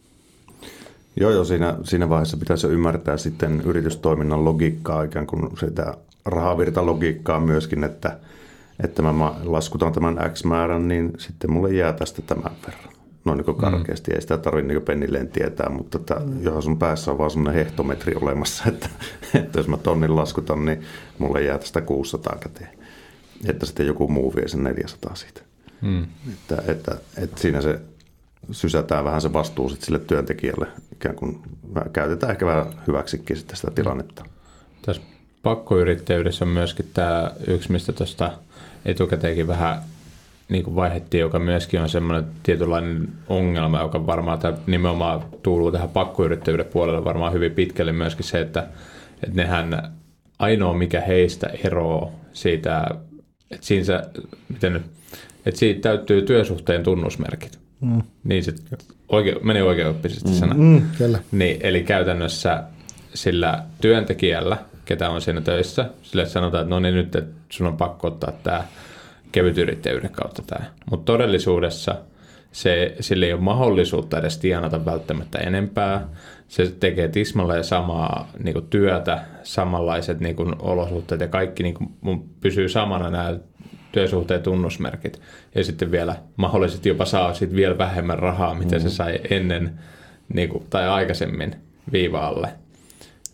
Joo, joo siinä, siinä vaiheessa pitäisi ymmärtää sitten yritystoiminnan logiikkaa, ikään kuin sitä rahavirtalogiikkaa myöskin, että, että mä laskutan tämän X määrän, niin sitten mulle jää tästä tämän verran. Noin niin kuin karkeasti, mm. ei sitä tarvitse niin pennilleen tietää, mutta että, mm. johon sun päässä on vaan semmoinen hehtometri olemassa, että, että jos mä tonnin laskutan, niin mulle jää tästä kuusisataa käteen. Että sitten joku muu vie sen neljäsataa siitä. Mm. Että, että, että siinä se sysätään vähän se vastuu sitten sille työntekijälle, ikään kuin käytetään ehkä vähän hyväksikin sitten sitä tilannetta. Tässä pakkoyrittäjyydessä on myöskin tämä yksi, mistä tuosta etukäteenkin vähän niin kuin vaihdettiin, joka myöskin on semmoinen tietynlainen ongelma, joka varmaan tämä nimenomaan tuuluu tähän pakkoyrittäjyyden puolelle varmaan hyvin pitkälle myöskin se, että, että nehän ainoa mikä heistä eroaa siitä, että siinä se, miten nyt, että siitä täyttyy työsuhteen tunnusmerkit. Mm. Niin se oike, meni oikeaoppisesti mm. sana. Mm, kyllä. Niin, eli käytännössä sillä työntekijällä, ketä on siinä töissä, sille sanotaan, että no niin nyt, että sun on pakko ottaa tämä kevyt yrittäjyyden kautta tämä. Mutta todellisuudessa se, sillä ei ole mahdollisuutta edes tienata välttämättä enempää. Se tekee tismalleen samaa niin kuin työtä, samanlaiset niin kuin olosuhteet ja kaikki niin kuin, mun pysyy samana nämä työsuhteen tunnusmerkit. Ja sitten vielä mahdollisesti jopa saa sit vielä vähemmän rahaa, mitä mm. se sai ennen niin kuin, tai aikaisemmin viivaalle.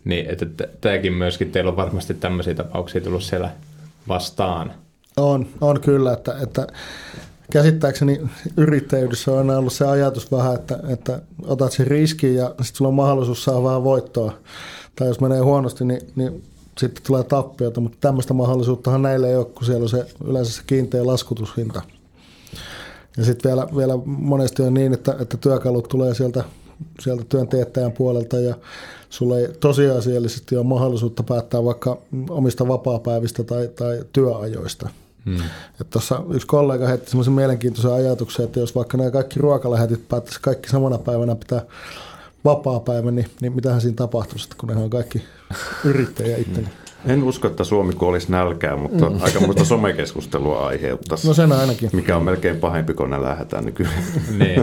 Niin, että tämäkin myöskin, teillä on varmasti tämmöisiä tapauksia tullut siellä vastaan. On, on kyllä, että, että käsittääkseni yrittäjyydessä on aina ollut se ajatus vähän, että, että otat sen riskin ja sitten sulla on mahdollisuus saada vähän voittoa. Tai jos menee huonosti, niin, niin sitten tulee tappiota, mutta tämmöistä mahdollisuuttahan näille ei ole, kun siellä on se, yleensä se kiinteä laskutushinta. Ja sitten vielä, vielä monesti on niin, että, että työkalut tulee sieltä, sieltä työn teettäjän puolelta ja sulla ei tosiasiallisesti ole mahdollisuutta päättää vaikka omista vapaapäivistä tai, tai työajoista. Hmm. Tuossa yksi kollega heitti semmoisen mielenkiintoisen ajatuksen, että jos vaikka nämä kaikki ruokalähetit päättäisi kaikki samana päivänä pitää vapaapäivä, niin, niin mitähän siinä tapahtuisi, kun ne on kaikki yrittäjiä itse. En usko, että Suomi kuolisi nälkää, mutta mm. aika muista somekeskustelua aiheuttaisi. No sen ainakin. Mikä on melkein pahempi, kun ne lähdetään nykyään. Niin.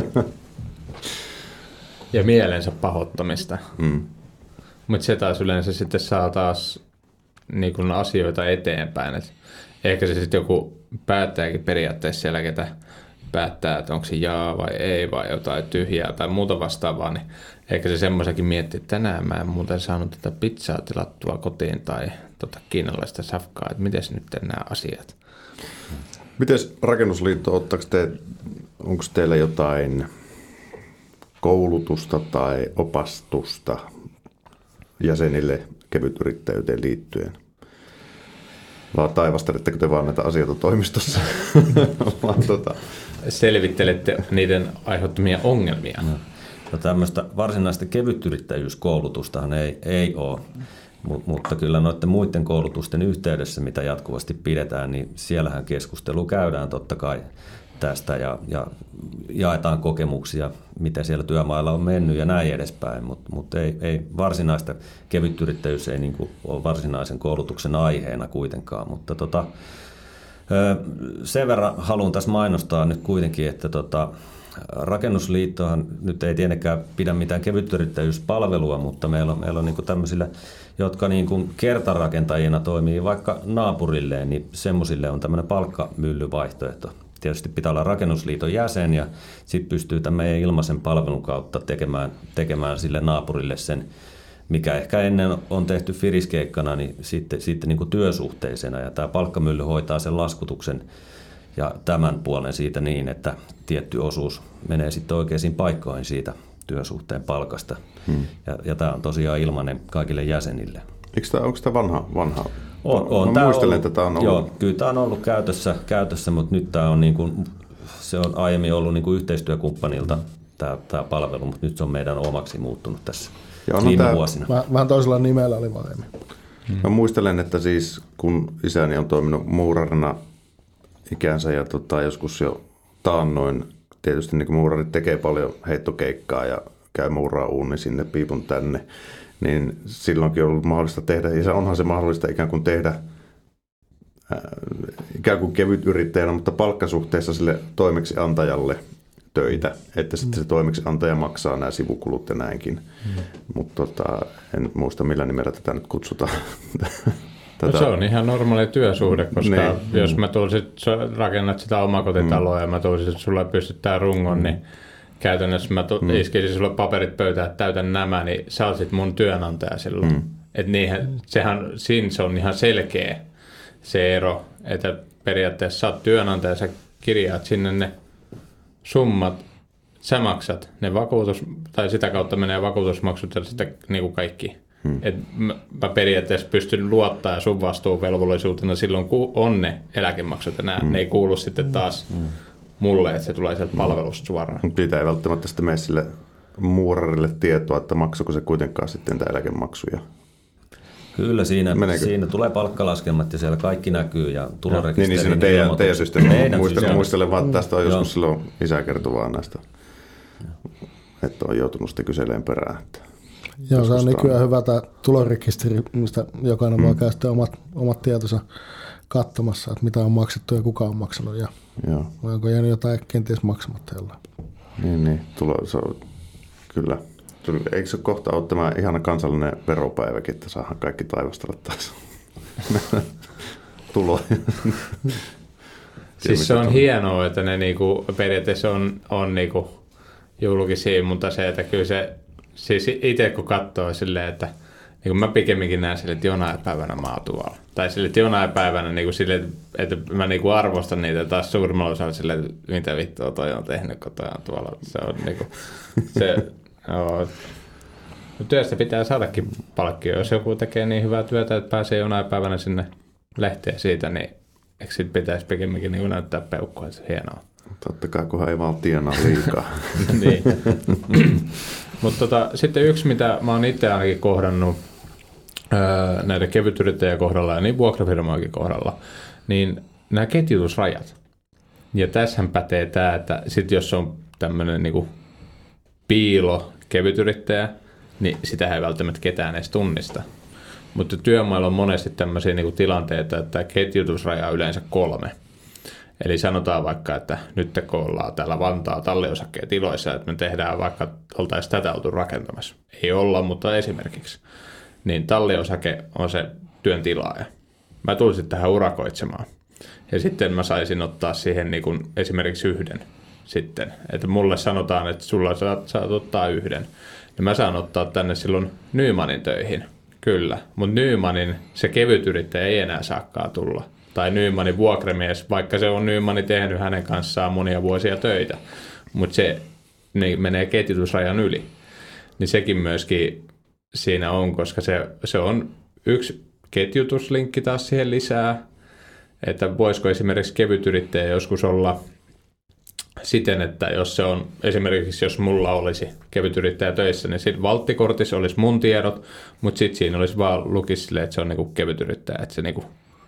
Ja mielensä pahoittamista. Mm. Mutta se taas yleensä sitten saa taas niin kun asioita eteenpäin. Et ehkä se sitten joku päättääkin periaatteessa siellä, ketä päättää, että onko se jaa vai ei vai jotain tyhjää tai muuta vastaavaa, niin ehkä se semmoisenkin miettii, että tänään mä en muuten saanut tätä pizzaa tilattua kotiin tai tota kiinalaista safkaa, että miten nyt nämä asiat. Miten Rakennusliitto, ottaako te, onko teillä jotain koulutusta tai opastusta jäsenille kevytyrittäjyyteen liittyen? Vai taivastelette te vaan näitä asioita toimistossa? vaan, tota... Selvittelette niiden aiheuttamia ongelmia. No, no tämmöistä varsinaista kevytyrittäjyyskoulutustahan ei, ei ole, Mut, mutta kyllä noiden muiden koulutusten yhteydessä, mitä jatkuvasti pidetään, niin siellähän keskustelu käydään totta kai tästä ja, ja jaetaan kokemuksia, miten siellä työmailla on mennyt ja näin edespäin, mutta mut ei, ei varsinaista kevytyrittäjyys ei niin kuin ole varsinaisen koulutuksen aiheena kuitenkaan, mutta tota, sen verran haluan tässä mainostaa nyt kuitenkin, että tota, Rakennusliittohan nyt ei tietenkään pidä mitään kevytyrittäjyyspalvelua, mutta meillä on, meillä on niin kuin tämmöisille, jotka niin kuin kertarakentajina toimii vaikka naapurilleen, niin semmoisille on tämmöinen palkkamyllyvaihtoehto. Tietysti pitää olla Rakennusliiton jäsen ja sitten pystyy tämän meidän ilmaisen palvelun kautta tekemään, tekemään sille naapurille sen, mikä ehkä ennen on tehty firiskeikkana, niin sitten, sitten niin kuin työsuhteisena. Ja tämä palkkamylly hoitaa sen laskutuksen ja tämän puolen siitä niin, että tietty osuus menee sitten oikeisiin paikkoihin siitä työsuhteen palkasta. Hmm. Ja, ja tämä on tosiaan ilmainen kaikille jäsenille. Eikö tämä, onko tämä vanha? vanha? On, on. Mä muistelen, ollut, että tämä on ollut. Joo, kyllä tämä on ollut käytössä, käytössä mutta nyt tämä on, niin kuin, se on aiemmin ollut niin kuin yhteistyökumppanilta tämä, tämä palvelu, mutta nyt se on meidän omaksi muuttunut tässä viime tämä, vuosina. Vähän, vähän toisella nimellä oli aiemmin. Hmm. Mä muistelen, että siis kun isäni on toiminut muurarina ikänsä ja tota, joskus jo taannoin, tietysti niin kuin muurarit tekee paljon heittokeikkaa ja käy muuraa uuni sinne piipun tänne, niin silloinkin on ollut mahdollista tehdä, ja onhan se mahdollista ikään kuin tehdä ää, ikään kuin kevyt yrittäjänä, mutta palkkasuhteessa sille toimeksiantajalle töitä, että sitten se toimeksiantaja maksaa nämä sivukulut ja näinkin, mm. mutta tota, en muista millä nimellä tätä nyt kutsutaan. No se on ihan normaali työsuhde, koska niin. jos mä tulisin, rakennat sitä omakotitaloa mm. ja mä tulisin, että sulla pystyttää rungon, mm. niin käytännössä mä to, mm. iskisin sulle paperit pöytään, että täytän nämä, niin sä olisit mun työnantaja silloin. Mm. Että niinhän, sehän, siinä se on ihan selkeä se ero, että periaatteessa sä oot työnantaja, sä kirjaat sinne ne summat, sä maksat ne vakuutus, tai sitä kautta menee vakuutusmaksut ja sitä niin kuin kaikki. Hmm. Et mä, mä periaatteessa pystyn luottaa ja sun vastuuvelvollisuutena silloin, kun on ne eläkemaksut ja nämä, hmm. ne ei kuulu sitten taas hmm. mulle, että se tulee sieltä palvelusta suoraan. Mutta pitää ei välttämättä sitten mene sille muurarille tietoa, että maksuko se kuitenkaan sitten tämä eläkemaksuja. Kyllä, siinä, siinä tulee palkkalaskelmat ja siellä kaikki näkyy ja tulorekisteri. Niin, niin siinä teidän systeemi. Muistelen, muistelen vaan, että tästä on joskus silloin isä kertoi vaan näistä, että on joutunut sitten kyseleen perään. Joo, se on nykyään hyvä tämä tulorekisteri, mistä jokainen mm. voi käyttää omat, omat tietonsa katsomassa, että mitä on maksettu ja kuka on maksanut ja Joo. onko jäänyt jotain kenties maksamatta jollain. Niin, niin. Tulo, se on, kyllä. Eikö se kohta ole tämä ihana kansallinen veropäiväkin, että saadaan kaikki taivastella taas tuloja? Siis se on hienoa, että ne niinku, periaatteessa on, on niinku julkisia, mutta se, että kyllä se, siis itse kun katsoo silleen, että niin kun mä pikemminkin näen sille, että jonain päivänä mä oon tuolla. Tai sille, että jonain päivänä niin kuin sille, että mä niin kuin arvostan niitä taas suurimmalla osalla sille, että mitä vittua toi on tehnyt, kun toi on tuolla. Se on niin kuin, se, no, työstä pitää saadakin palkkio. Jos joku tekee niin hyvää työtä, että pääsee jonain päivänä sinne lehteen siitä, niin eikö sit pitäisi pikemminkin niin kuin näyttää peukkua, että se hienoa. Totta kai, kunhan ei vaan tienaa liikaa. Niin. Mutta tota, sitten yksi, mitä mä oon itse ainakin kohdannut öö, näiden kevytyrittäjien kohdalla ja niin vuokrafirmojenkin kohdalla, niin nämä ketjutusrajat. Ja tässähän pätee tämä, että sit jos on tämmöinen niinku piilo kevytyrittäjä, niin sitä ei välttämättä ketään edes tunnista. Mutta työmailla on monesti tämmöisiä niinku tilanteita, että ketjutusraja on yleensä kolme. Eli sanotaan vaikka, että nyt kun ollaan täällä Vantaa talliosakkeet tiloissa, että me tehdään vaikka, oltaisiin tätä oltu rakentamassa. Ei olla, mutta esimerkiksi. Niin talliosake on se työn tilaaja. Mä tulisin tähän urakoitsemaan. Ja sitten mä saisin ottaa siihen niin kuin esimerkiksi yhden sitten. Että mulle sanotaan, että sulla saat, saat ottaa yhden. Ja mä saan ottaa tänne silloin Nymanin töihin. Kyllä. Mutta Nymanin se kevytyrittäjä ei enää saakaan tulla. Tai Nymanin vuokramies, vaikka se on Nymani tehnyt hänen kanssaan monia vuosia töitä, mutta se niin menee ketjutusrajan yli. Niin sekin myöskin siinä on, koska se, se on yksi ketjutuslinkki taas siihen lisää, että voisiko esimerkiksi kevytyrittäjä joskus olla siten, että jos se on esimerkiksi, jos mulla olisi kevytyrittäjä töissä, niin sitten valttikortissa olisi mun tiedot, mutta sitten siinä olisi vaan lukisi silleen, että se on niinku kevytyrittäjä, että se niinku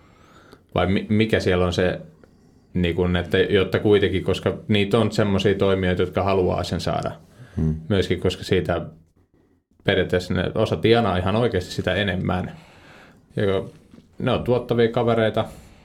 vai mikä siellä on se, niin kun, että, jotta kuitenkin, koska niitä on semmoisia toimijoita, jotka haluaa sen saada. Hmm. Myöskin, koska siitä periaatteessa ne osa tienaa ihan oikeasti sitä enemmän. Ja ne on tuottavia kavereita,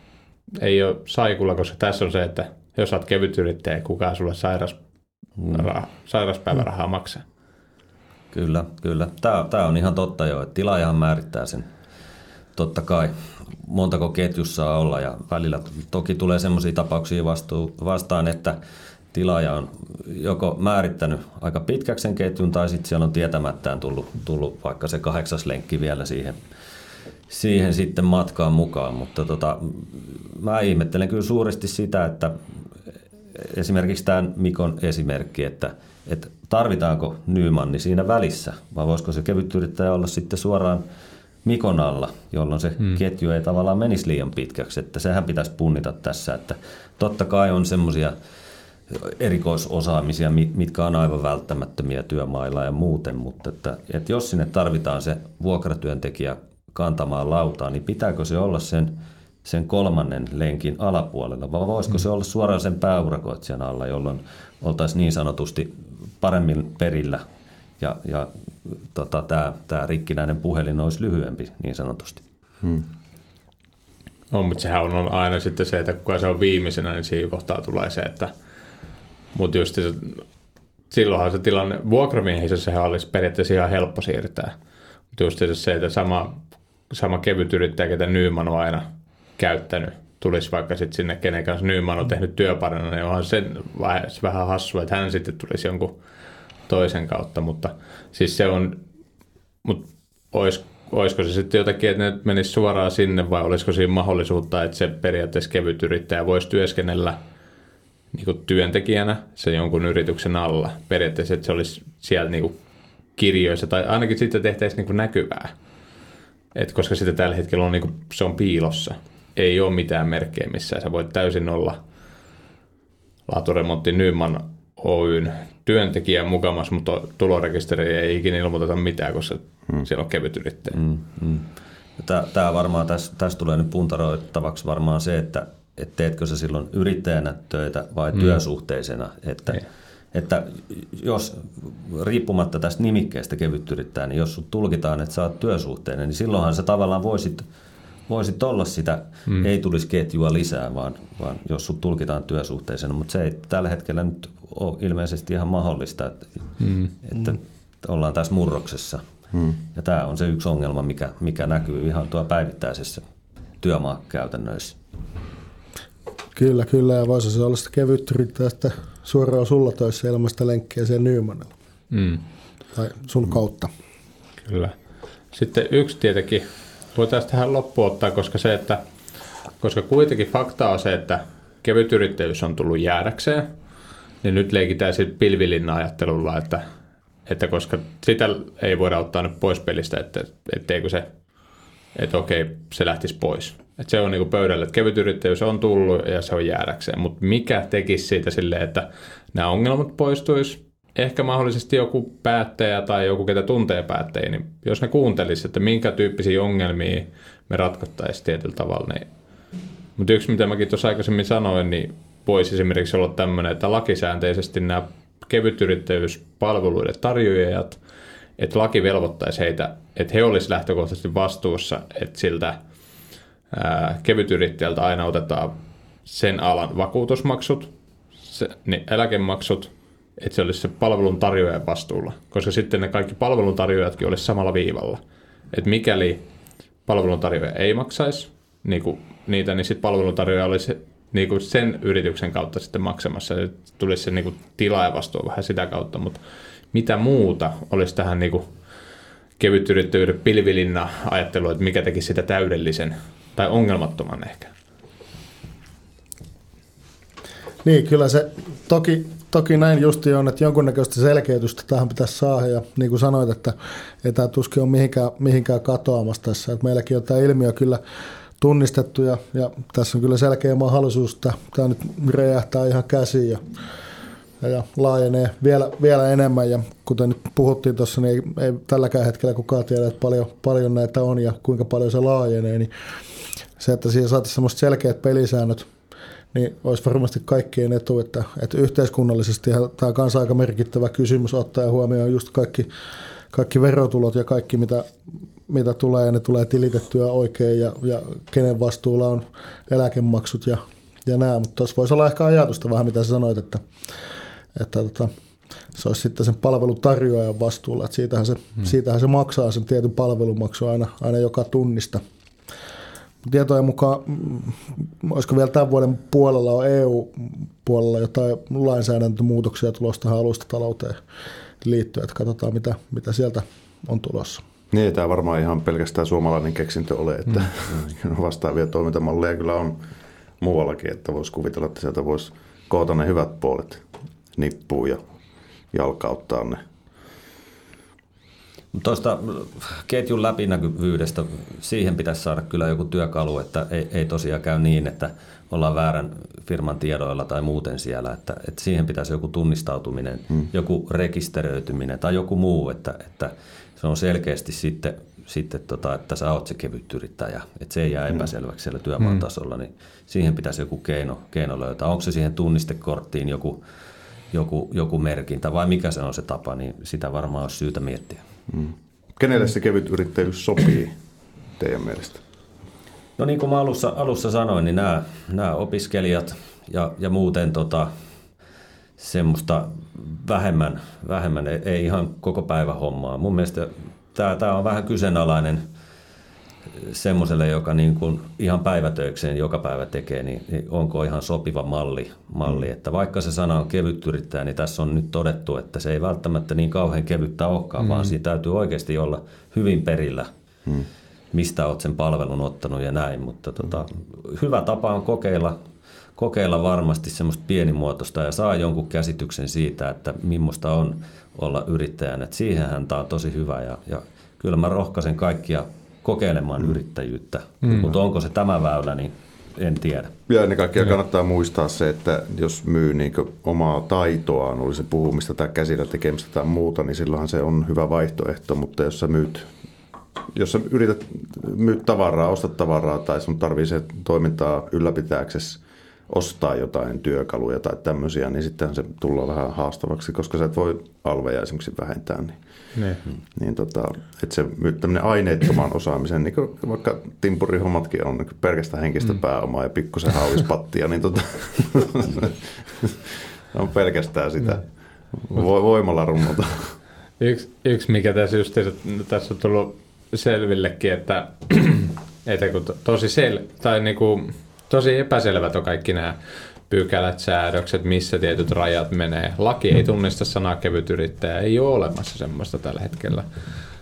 ei ole saikulla, koska tässä on se, että jos olet kevytyrittäjä, kukaan sulle sairas, hmm. rah, sairaspäivärahaa maksaa. Kyllä, kyllä. Tämä, tämä on ihan totta jo, että tilaajahan määrittää sen. Totta kai, montako ketjussa saa olla ja välillä toki tulee sellaisia tapauksia vastaan, että tilaaja on joko määrittänyt aika pitkäksi sen ketjun tai sitten siellä on tietämättään tullut, tullut vaikka se kahdeksas lenkki vielä siihen, siihen sitten matkaan mukaan. Mutta tota, mä ihmettelen kyllä suuresti sitä, että esimerkiksi tämän Mikon esimerkki, että, että tarvitaanko Nymanni siinä välissä vai voisiko se kevytyrittäjä olla sitten suoraan Mikon alla, jolloin se hmm. ketju ei tavallaan menisi liian pitkäksi. Että sehän pitäisi punnita tässä, että totta kai on semmoisia erikoisosaamisia, mitkä on aivan välttämättömiä työmailla ja muuten, mutta että, että jos sinne tarvitaan se vuokratyöntekijä kantamaan lautaa, niin pitääkö se olla sen, sen kolmannen lenkin alapuolella, vai voisiko hmm. se olla suoraan sen pääurakoitsijan alla, jolloin oltaisiin niin sanotusti paremmin perillä ja, ja tota, tämä, tämä rikkinäinen puhelin olisi lyhyempi niin sanotusti. Hmm. On, mutta sehän on aina sitten se, että kuka se on viimeisenä, niin siinä kohtaa tulee se, että mutta just se, silloinhan se tilanne, vuokramiehissä sehän olisi periaatteessa ihan helppo siirtää. Mutta just se, että sama, sama kevyt yrittäjä, ketä Nyman on aina käyttänyt, tulisi vaikka sitten sinne, kenen kanssa Nyman on tehnyt työparina, niin onhan sen vähän hassua, että hän sitten tulisi jonkun toisen kautta, mutta siis se on, mutta olis, olisiko se sitten jotakin, että ne menisi suoraan sinne vai olisiko siinä mahdollisuutta, että se periaatteessa kevyt yrittäjä voisi työskennellä niin kuin työntekijänä se jonkun yrityksen alla. Periaatteessa, että se olisi siellä niin kuin kirjoissa tai ainakin sitten tehtäisiin niin kuin näkyvää, et koska sitten tällä hetkellä on, niin kuin, se on piilossa. Ei ole mitään merkkejä missään. Sä voit täysin olla laaturemontti Nyman Oyn työntekijän mukamassa, mutta tulorekisteriä ei ikinä ilmoiteta mitään, koska hmm. siellä on kevyt yrittäjä. Hmm, hmm. Tämä varmaan, tässä, tässä tulee nyt puntaroittavaksi varmaan se, että et teetkö sä silloin yrittäjänä töitä vai hmm. työsuhteisena. Että, että jos riippumatta tästä nimikkeestä kevyt yrittäjä, niin jos sut tulkitaan, että sä oot työsuhteinen, niin silloinhan sä tavallaan voisit, voisit olla sitä, hmm. ei tulisi ketjua lisää, vaan, vaan jos sut tulkitaan työsuhteisena, mutta se ei tällä hetkellä nyt ole ilmeisesti ihan mahdollista, että, hmm. että ollaan tässä murroksessa. Hmm. Ja tämä on se yksi ongelma, mikä, mikä näkyy ihan tuo päivittäisessä työmaakäytännöissä. Kyllä, kyllä. Ja voisi se olla sitä kevyt yrittää, että suoraan sulla toisi ilmaista lenkkiä siellä Nymanilla. Mm. Tai sun kautta. Kyllä. Sitten yksi tietenkin voitaisiin tähän loppuun ottaa, koska se, että koska kuitenkin fakta on se, että kevytyrittäjyys on tullut jäädäkseen, niin nyt leikitään sitten pilvilinna-ajattelulla, että, että koska sitä ei voida ottaa nyt pois pelistä, että etteikö se, että okei, se lähtisi pois. Että se on niinku pöydällä, että kevytyrittäjyys on tullut ja se on jäädäkseen, mutta mikä tekisi siitä silleen, että nämä ongelmat poistuisi? Ehkä mahdollisesti joku päättäjä tai joku, ketä tuntee päättäjiä, niin jos ne kuuntelisi, että minkä tyyppisiä ongelmia me ratkottaisiin tietyllä tavalla. Niin. Mutta yksi, mitä mäkin tuossa aikaisemmin sanoin, niin voisi esimerkiksi olla tämmöinen, että lakisäänteisesti nämä kevytyrittäjyyspalveluiden tarjoajat, että laki velvoittaisi heitä, että he olisivat lähtökohtaisesti vastuussa, että siltä ää, kevytyrittäjältä aina otetaan sen alan vakuutusmaksut, se, niin eläkemaksut, että se olisi se palvelun tarjoajan vastuulla, koska sitten ne kaikki palveluntarjoajatkin olisi samalla viivalla. Että mikäli palveluntarjoaja ei maksaisi niin kuin niitä, niin sitten palveluntarjoaja olisi niin kuin sen yrityksen kautta sitten maksamassa. Ja tulisi se niin kuin tilaajavastuu vähän sitä kautta, mutta mitä muuta olisi tähän niin kuin kevytyrittäjyyden pilvilinna-ajattelua, että mikä teki sitä täydellisen tai ongelmattoman ehkä? Niin, kyllä se toki, toki näin justi on, että jonkunnäköistä selkeytystä tähän pitäisi saada. Ja niin kuin sanoit, että ei tämä tuskin ole mihinkään, mihinkään katoamassa tässä. Että meilläkin on tämä ilmiö kyllä tunnistettu ja, ja tässä on kyllä selkeä mahdollisuus, että tämä nyt räjähtää ihan käsiin ja, ja, ja laajenee vielä, vielä enemmän. Ja kuten nyt puhuttiin tuossa, niin ei, ei tälläkään hetkellä kukaan tiedä, että paljon, paljon näitä on ja kuinka paljon se laajenee. Niin se, että siihen saataisiin semmoiset selkeät pelisäännöt, niin olisi varmasti kaikkien etu, että, että yhteiskunnallisesti tämä on kanssa aika merkittävä kysymys ottaa huomioon just kaikki, kaikki verotulot ja kaikki, mitä, mitä tulee, ja ne tulee tilitettyä oikein, ja, ja kenen vastuulla on eläkemaksut ja, ja nämä. Mutta tuossa voisi olla ehkä ajatusta vähän, mitä sä sanoit, että, että tota, se olisi sitten sen palvelutarjoajan vastuulla, että siitähän se, hmm. siitähän se maksaa sen tietyn palvelumaksu aina, aina joka tunnista. Tietojen mukaan, olisiko vielä tämän vuoden puolella on E U-puolella jotain lainsäädäntömuutoksia tulossa tähän alustatalouteen liittyen, että katsotaan mitä, mitä sieltä on tulossa. Niin, tämä varmaan ihan pelkästään suomalainen keksintö ole, että mm. vastaavia toimintamalleja kyllä on muuallakin, että voisi kuvitella, että sieltä voisi koota ne hyvät puolet nippuun ja jalkauttaa ne. Tuosta ketjun läpinäkyvyydestä, siihen pitäisi saada kyllä joku työkalu, että ei, ei tosiaan käy niin, että ollaan väärän firman tiedoilla tai muuten siellä, että, että siihen pitäisi joku tunnistautuminen, hmm. joku rekisteröityminen tai joku muu, että, että se on selkeästi sitten, sitten tota, että sä oot se kevytyrittäjä, että se ei jää epäselväksi siellä työmaan tasolla, niin siihen pitäisi joku keino, keino löytää. Onko se siihen tunnistekorttiin joku, joku, joku merkintä vai mikä se on se tapa, niin sitä varmaan olisi syytä miettiä. Hmm. Kenelle se kevytyrittäjyys sopii teidän mielestä? No niin kuin mä alussa, alussa sanoin, niin nämä, nämä opiskelijat ja, ja muuten tota, semmoista vähemmän, vähemmän, ei ihan koko päivä hommaa. Mun mielestä tämä, tämä on vähän kyseenalainen semmoiselle, joka niin kuin ihan päivätöikseen joka päivä tekee, niin, niin onko ihan sopiva malli, malli. Mm. Että vaikka se sana on kevytyrittäjä, niin tässä on nyt todettu, että se ei välttämättä niin kauhean kevyttä olekaan, mm. vaan siinä täytyy oikeasti olla hyvin perillä, mm. mistä olet sen palvelun ottanut ja näin. Mutta tota, hyvä tapa on kokeilla, kokeilla varmasti semmoista pienimuotoista ja saa jonkun käsityksen siitä, että millaista on olla yrittäjän. Että siihenhän tämä on tosi hyvä ja, ja kyllä mä rohkaisen kaikkia kokeilemaan mm. yrittäjyyttä, mm. mutta onko se tämä väylä, niin en tiedä. Ja ennen kaikkea kannattaa muistaa se, että jos myy niin omaa taitoaan, oli se puhumista tai käsillä tekemistä tai muuta, niin silloinhan se on hyvä vaihtoehto, mutta jos sä myyt, jos sä yrität myyt tavaraa, ostat tavaraa tai sun tarvii se toimintaa ylläpitääksesi ostaa jotain työkaluja tai tämmöisiä, niin sittenhän se tullaan vähän haastavaksi, koska sä et voi alveja esimerkiksi vähentää. Niin, ne. niin tota, että se tämmöinen aineettoman osaamisen, niin kuin vaikka timpurihommatkin on niin pelkästään henkistä mm. pääomaa ja pikkusen hauispattia, niin tota, on pelkästään sitä mm. voimalla rummota. Yksi, yksi mikä tässä just tässä on tullut selvillekin, että, että kun tosi sel, tai niinku tosi epäselvät on kaikki nämä pykälät, säädökset, missä tietyt rajat menee. Laki ei tunnista sanaa kevytyrittäjä, ei ole olemassa semmoista tällä hetkellä.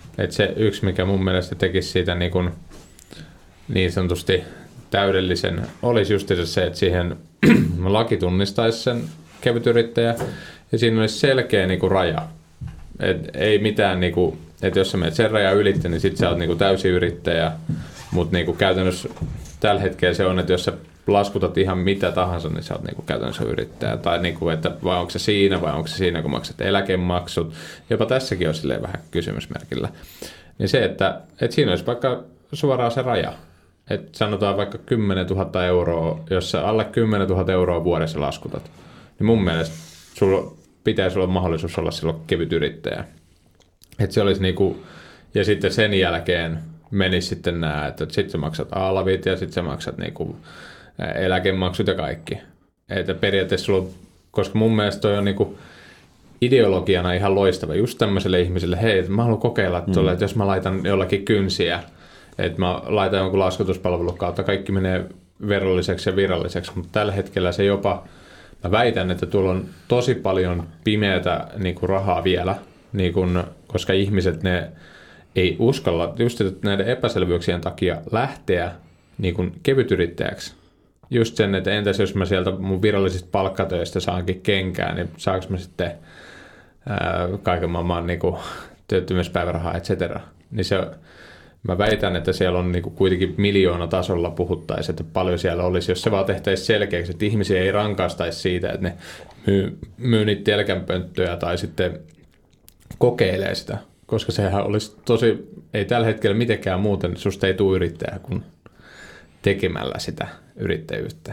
Et se yksi, mikä mun mielestä tekisi siitä niin, kuin, niin sanotusti täydellisen, olisi just se, että siihen laki tunnistaisi sen kevytyrittäjä ja siinä olisi selkeä niin kuin raja. Et ei mitään, niin kuin, että jos sä menet sen rajan ylitte, niin sit sä oot niin kuin täysin yrittäjä, mutta niin kuin käytännössä tällä hetkellä se on, että jos sä laskutat ihan mitä tahansa, niin sä oot niin kuin käytännössä yrittäjä. Tai niin kuin, että vai onko se siinä vai onko se siinä, kun maksat eläkemaksut. Jopa tässäkin on silleen vähän kysymysmerkillä. Niin se, että, että siinä olisi vaikka suoraan se raja. Että sanotaan vaikka kymmenen tuhatta euroa, jos sä alle kymmenen tuhatta euroa vuodessa laskutat, niin mun mielestä sulla pitäisi olla mahdollisuus olla silloin kevyt yrittäjä. Että se olisi niinku, ja sitten sen jälkeen menisi sitten nämä, että sitten sä maksat alvit ja sitten sä maksat niinku eläkemaksut ja kaikki. Että periaatteessa sulla, koska mun mielestä toi on niinku ideologiana ihan loistava just tämmöiselle ihmiselle, hei, mä haluan kokeilla mm. tuolla, että jos mä laitan jollakin kynsiä, että mä laitan jonkun laskutuspalvelun kautta, kaikki menee verolliseksi ja viralliseksi, mutta tällä hetkellä se jopa, mä väitän, että tuolla on tosi paljon pimeätä niin kuin rahaa vielä, niin kuin, koska ihmiset ne ei uskalla just näiden epäselvyyksien takia lähteä niin kuin kevytyrittäjäksi. Just sen, että entäs jos mä sieltä mun virallisista palkkatöistä saankin kenkää, niin saanko mä sitten ää, kaiken maailman niin kuin työttömyyspäivärahaa, et cetera. Niin se, mä väitän, että siellä on niin kuin kuitenkin miljoona tasolla puhuttaisiin, että paljon siellä olisi, jos se vaan tehtäisiin selkeäksi, että ihmisiä ei rankaistaisi siitä, että ne myy, myy niitä telkänpönttöjä tai sitten kokeilee sitä, koska sehän olisi tosi, ei tällä hetkellä mitenkään muuten, susta ei tule yrittäjää kuin tekemällä sitä yrittäjyyttä.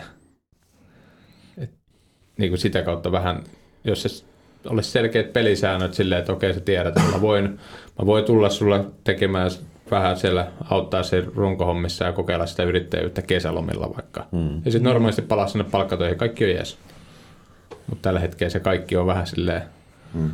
Et, niin kuin sitä kautta vähän, jos se olisi selkeät pelisäännöt silleen, että okei, sä tiedät, että mä voin, mä voin tulla sulle tekemään vähän siellä, auttaa se runkohommissa ja kokeilla sitä yrittäjyyttä kesälomilla vaikka. Mm. Ja sitten normaalisti palaa sinne palkkatöihin, kaikki on jees. Mutta tällä hetkellä se kaikki on vähän silleen, mm.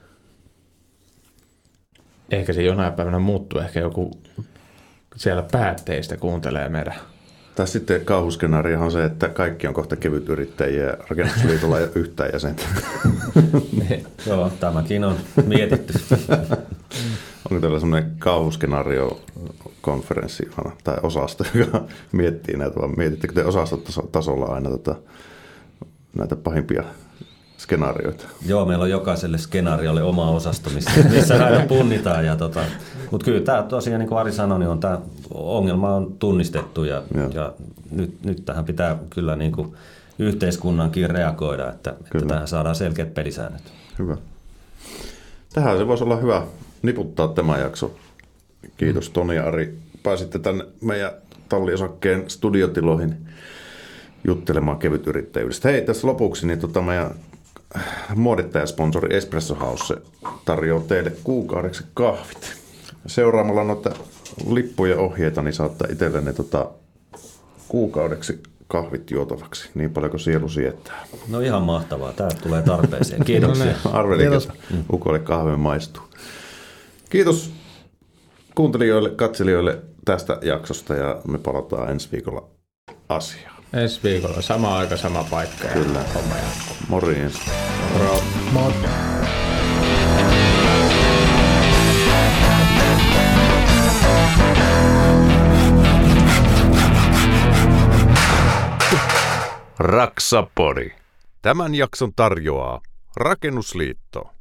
ehkä se jonain päivänä muuttuu, ehkä joku siellä päätteistä kuuntelee meidän. Tai sitten kauhuskenaario on se, että kaikki on kohta kevyt yrittäjiä ja Rakennusliitolla ei yhtään jäsentä. Joo, tämäkin on mietitty. Onko teillä semmoinen kauhuskenaario-konferenssi tai osasto, joka miettii näitä, vai mietittekö te osastotasolla aina tota, näitä pahimpia skenaarioita? Joo, meillä on jokaiselle skenaariolle oma osasto, missä, missä näitä punnitaan. Ja tota, mutta kyllä tämä tosiaan, niin kuin Ari sanoi, niin on tämä ongelma on tunnistettu ja, ja nyt, nyt tähän pitää kyllä niin kuin yhteiskunnankin reagoida, että, että tähän saadaan selkeät pelisäännöt. Hyvä. Tähän se voisi olla hyvä niputtaa tämä jakso. Kiitos Toni ja Ari. Pääsitte tänne meidän Talliosakkeen studiotiloihin juttelemaan kevytyrittäjyydestä. Hei, tässä lopuksi niin tota meidän muodittajasponsori Espresso House tarjoaa teille kuukaudeksi kahvit. Seuraamalla noita lippuja ohjeita, niin saatte itsellenne tota kuukaudeksi kahvit juotavaksi, niin paljon kuin sielu sietää. No ihan mahtavaa, tämä tulee tarpeeseen. Kiitoksia. Arvelin, että ukoille kahve maistuu. Kiitos kuuntelijoille, katselijoille tästä jaksosta ja me palataan ensi viikolla asiaan. Ensi viikolla sama aika, sama paikka. Kyllä. Morjens. Moro. Moro. Raksapodi. Tämän jakson tarjoaa Rakennusliitto.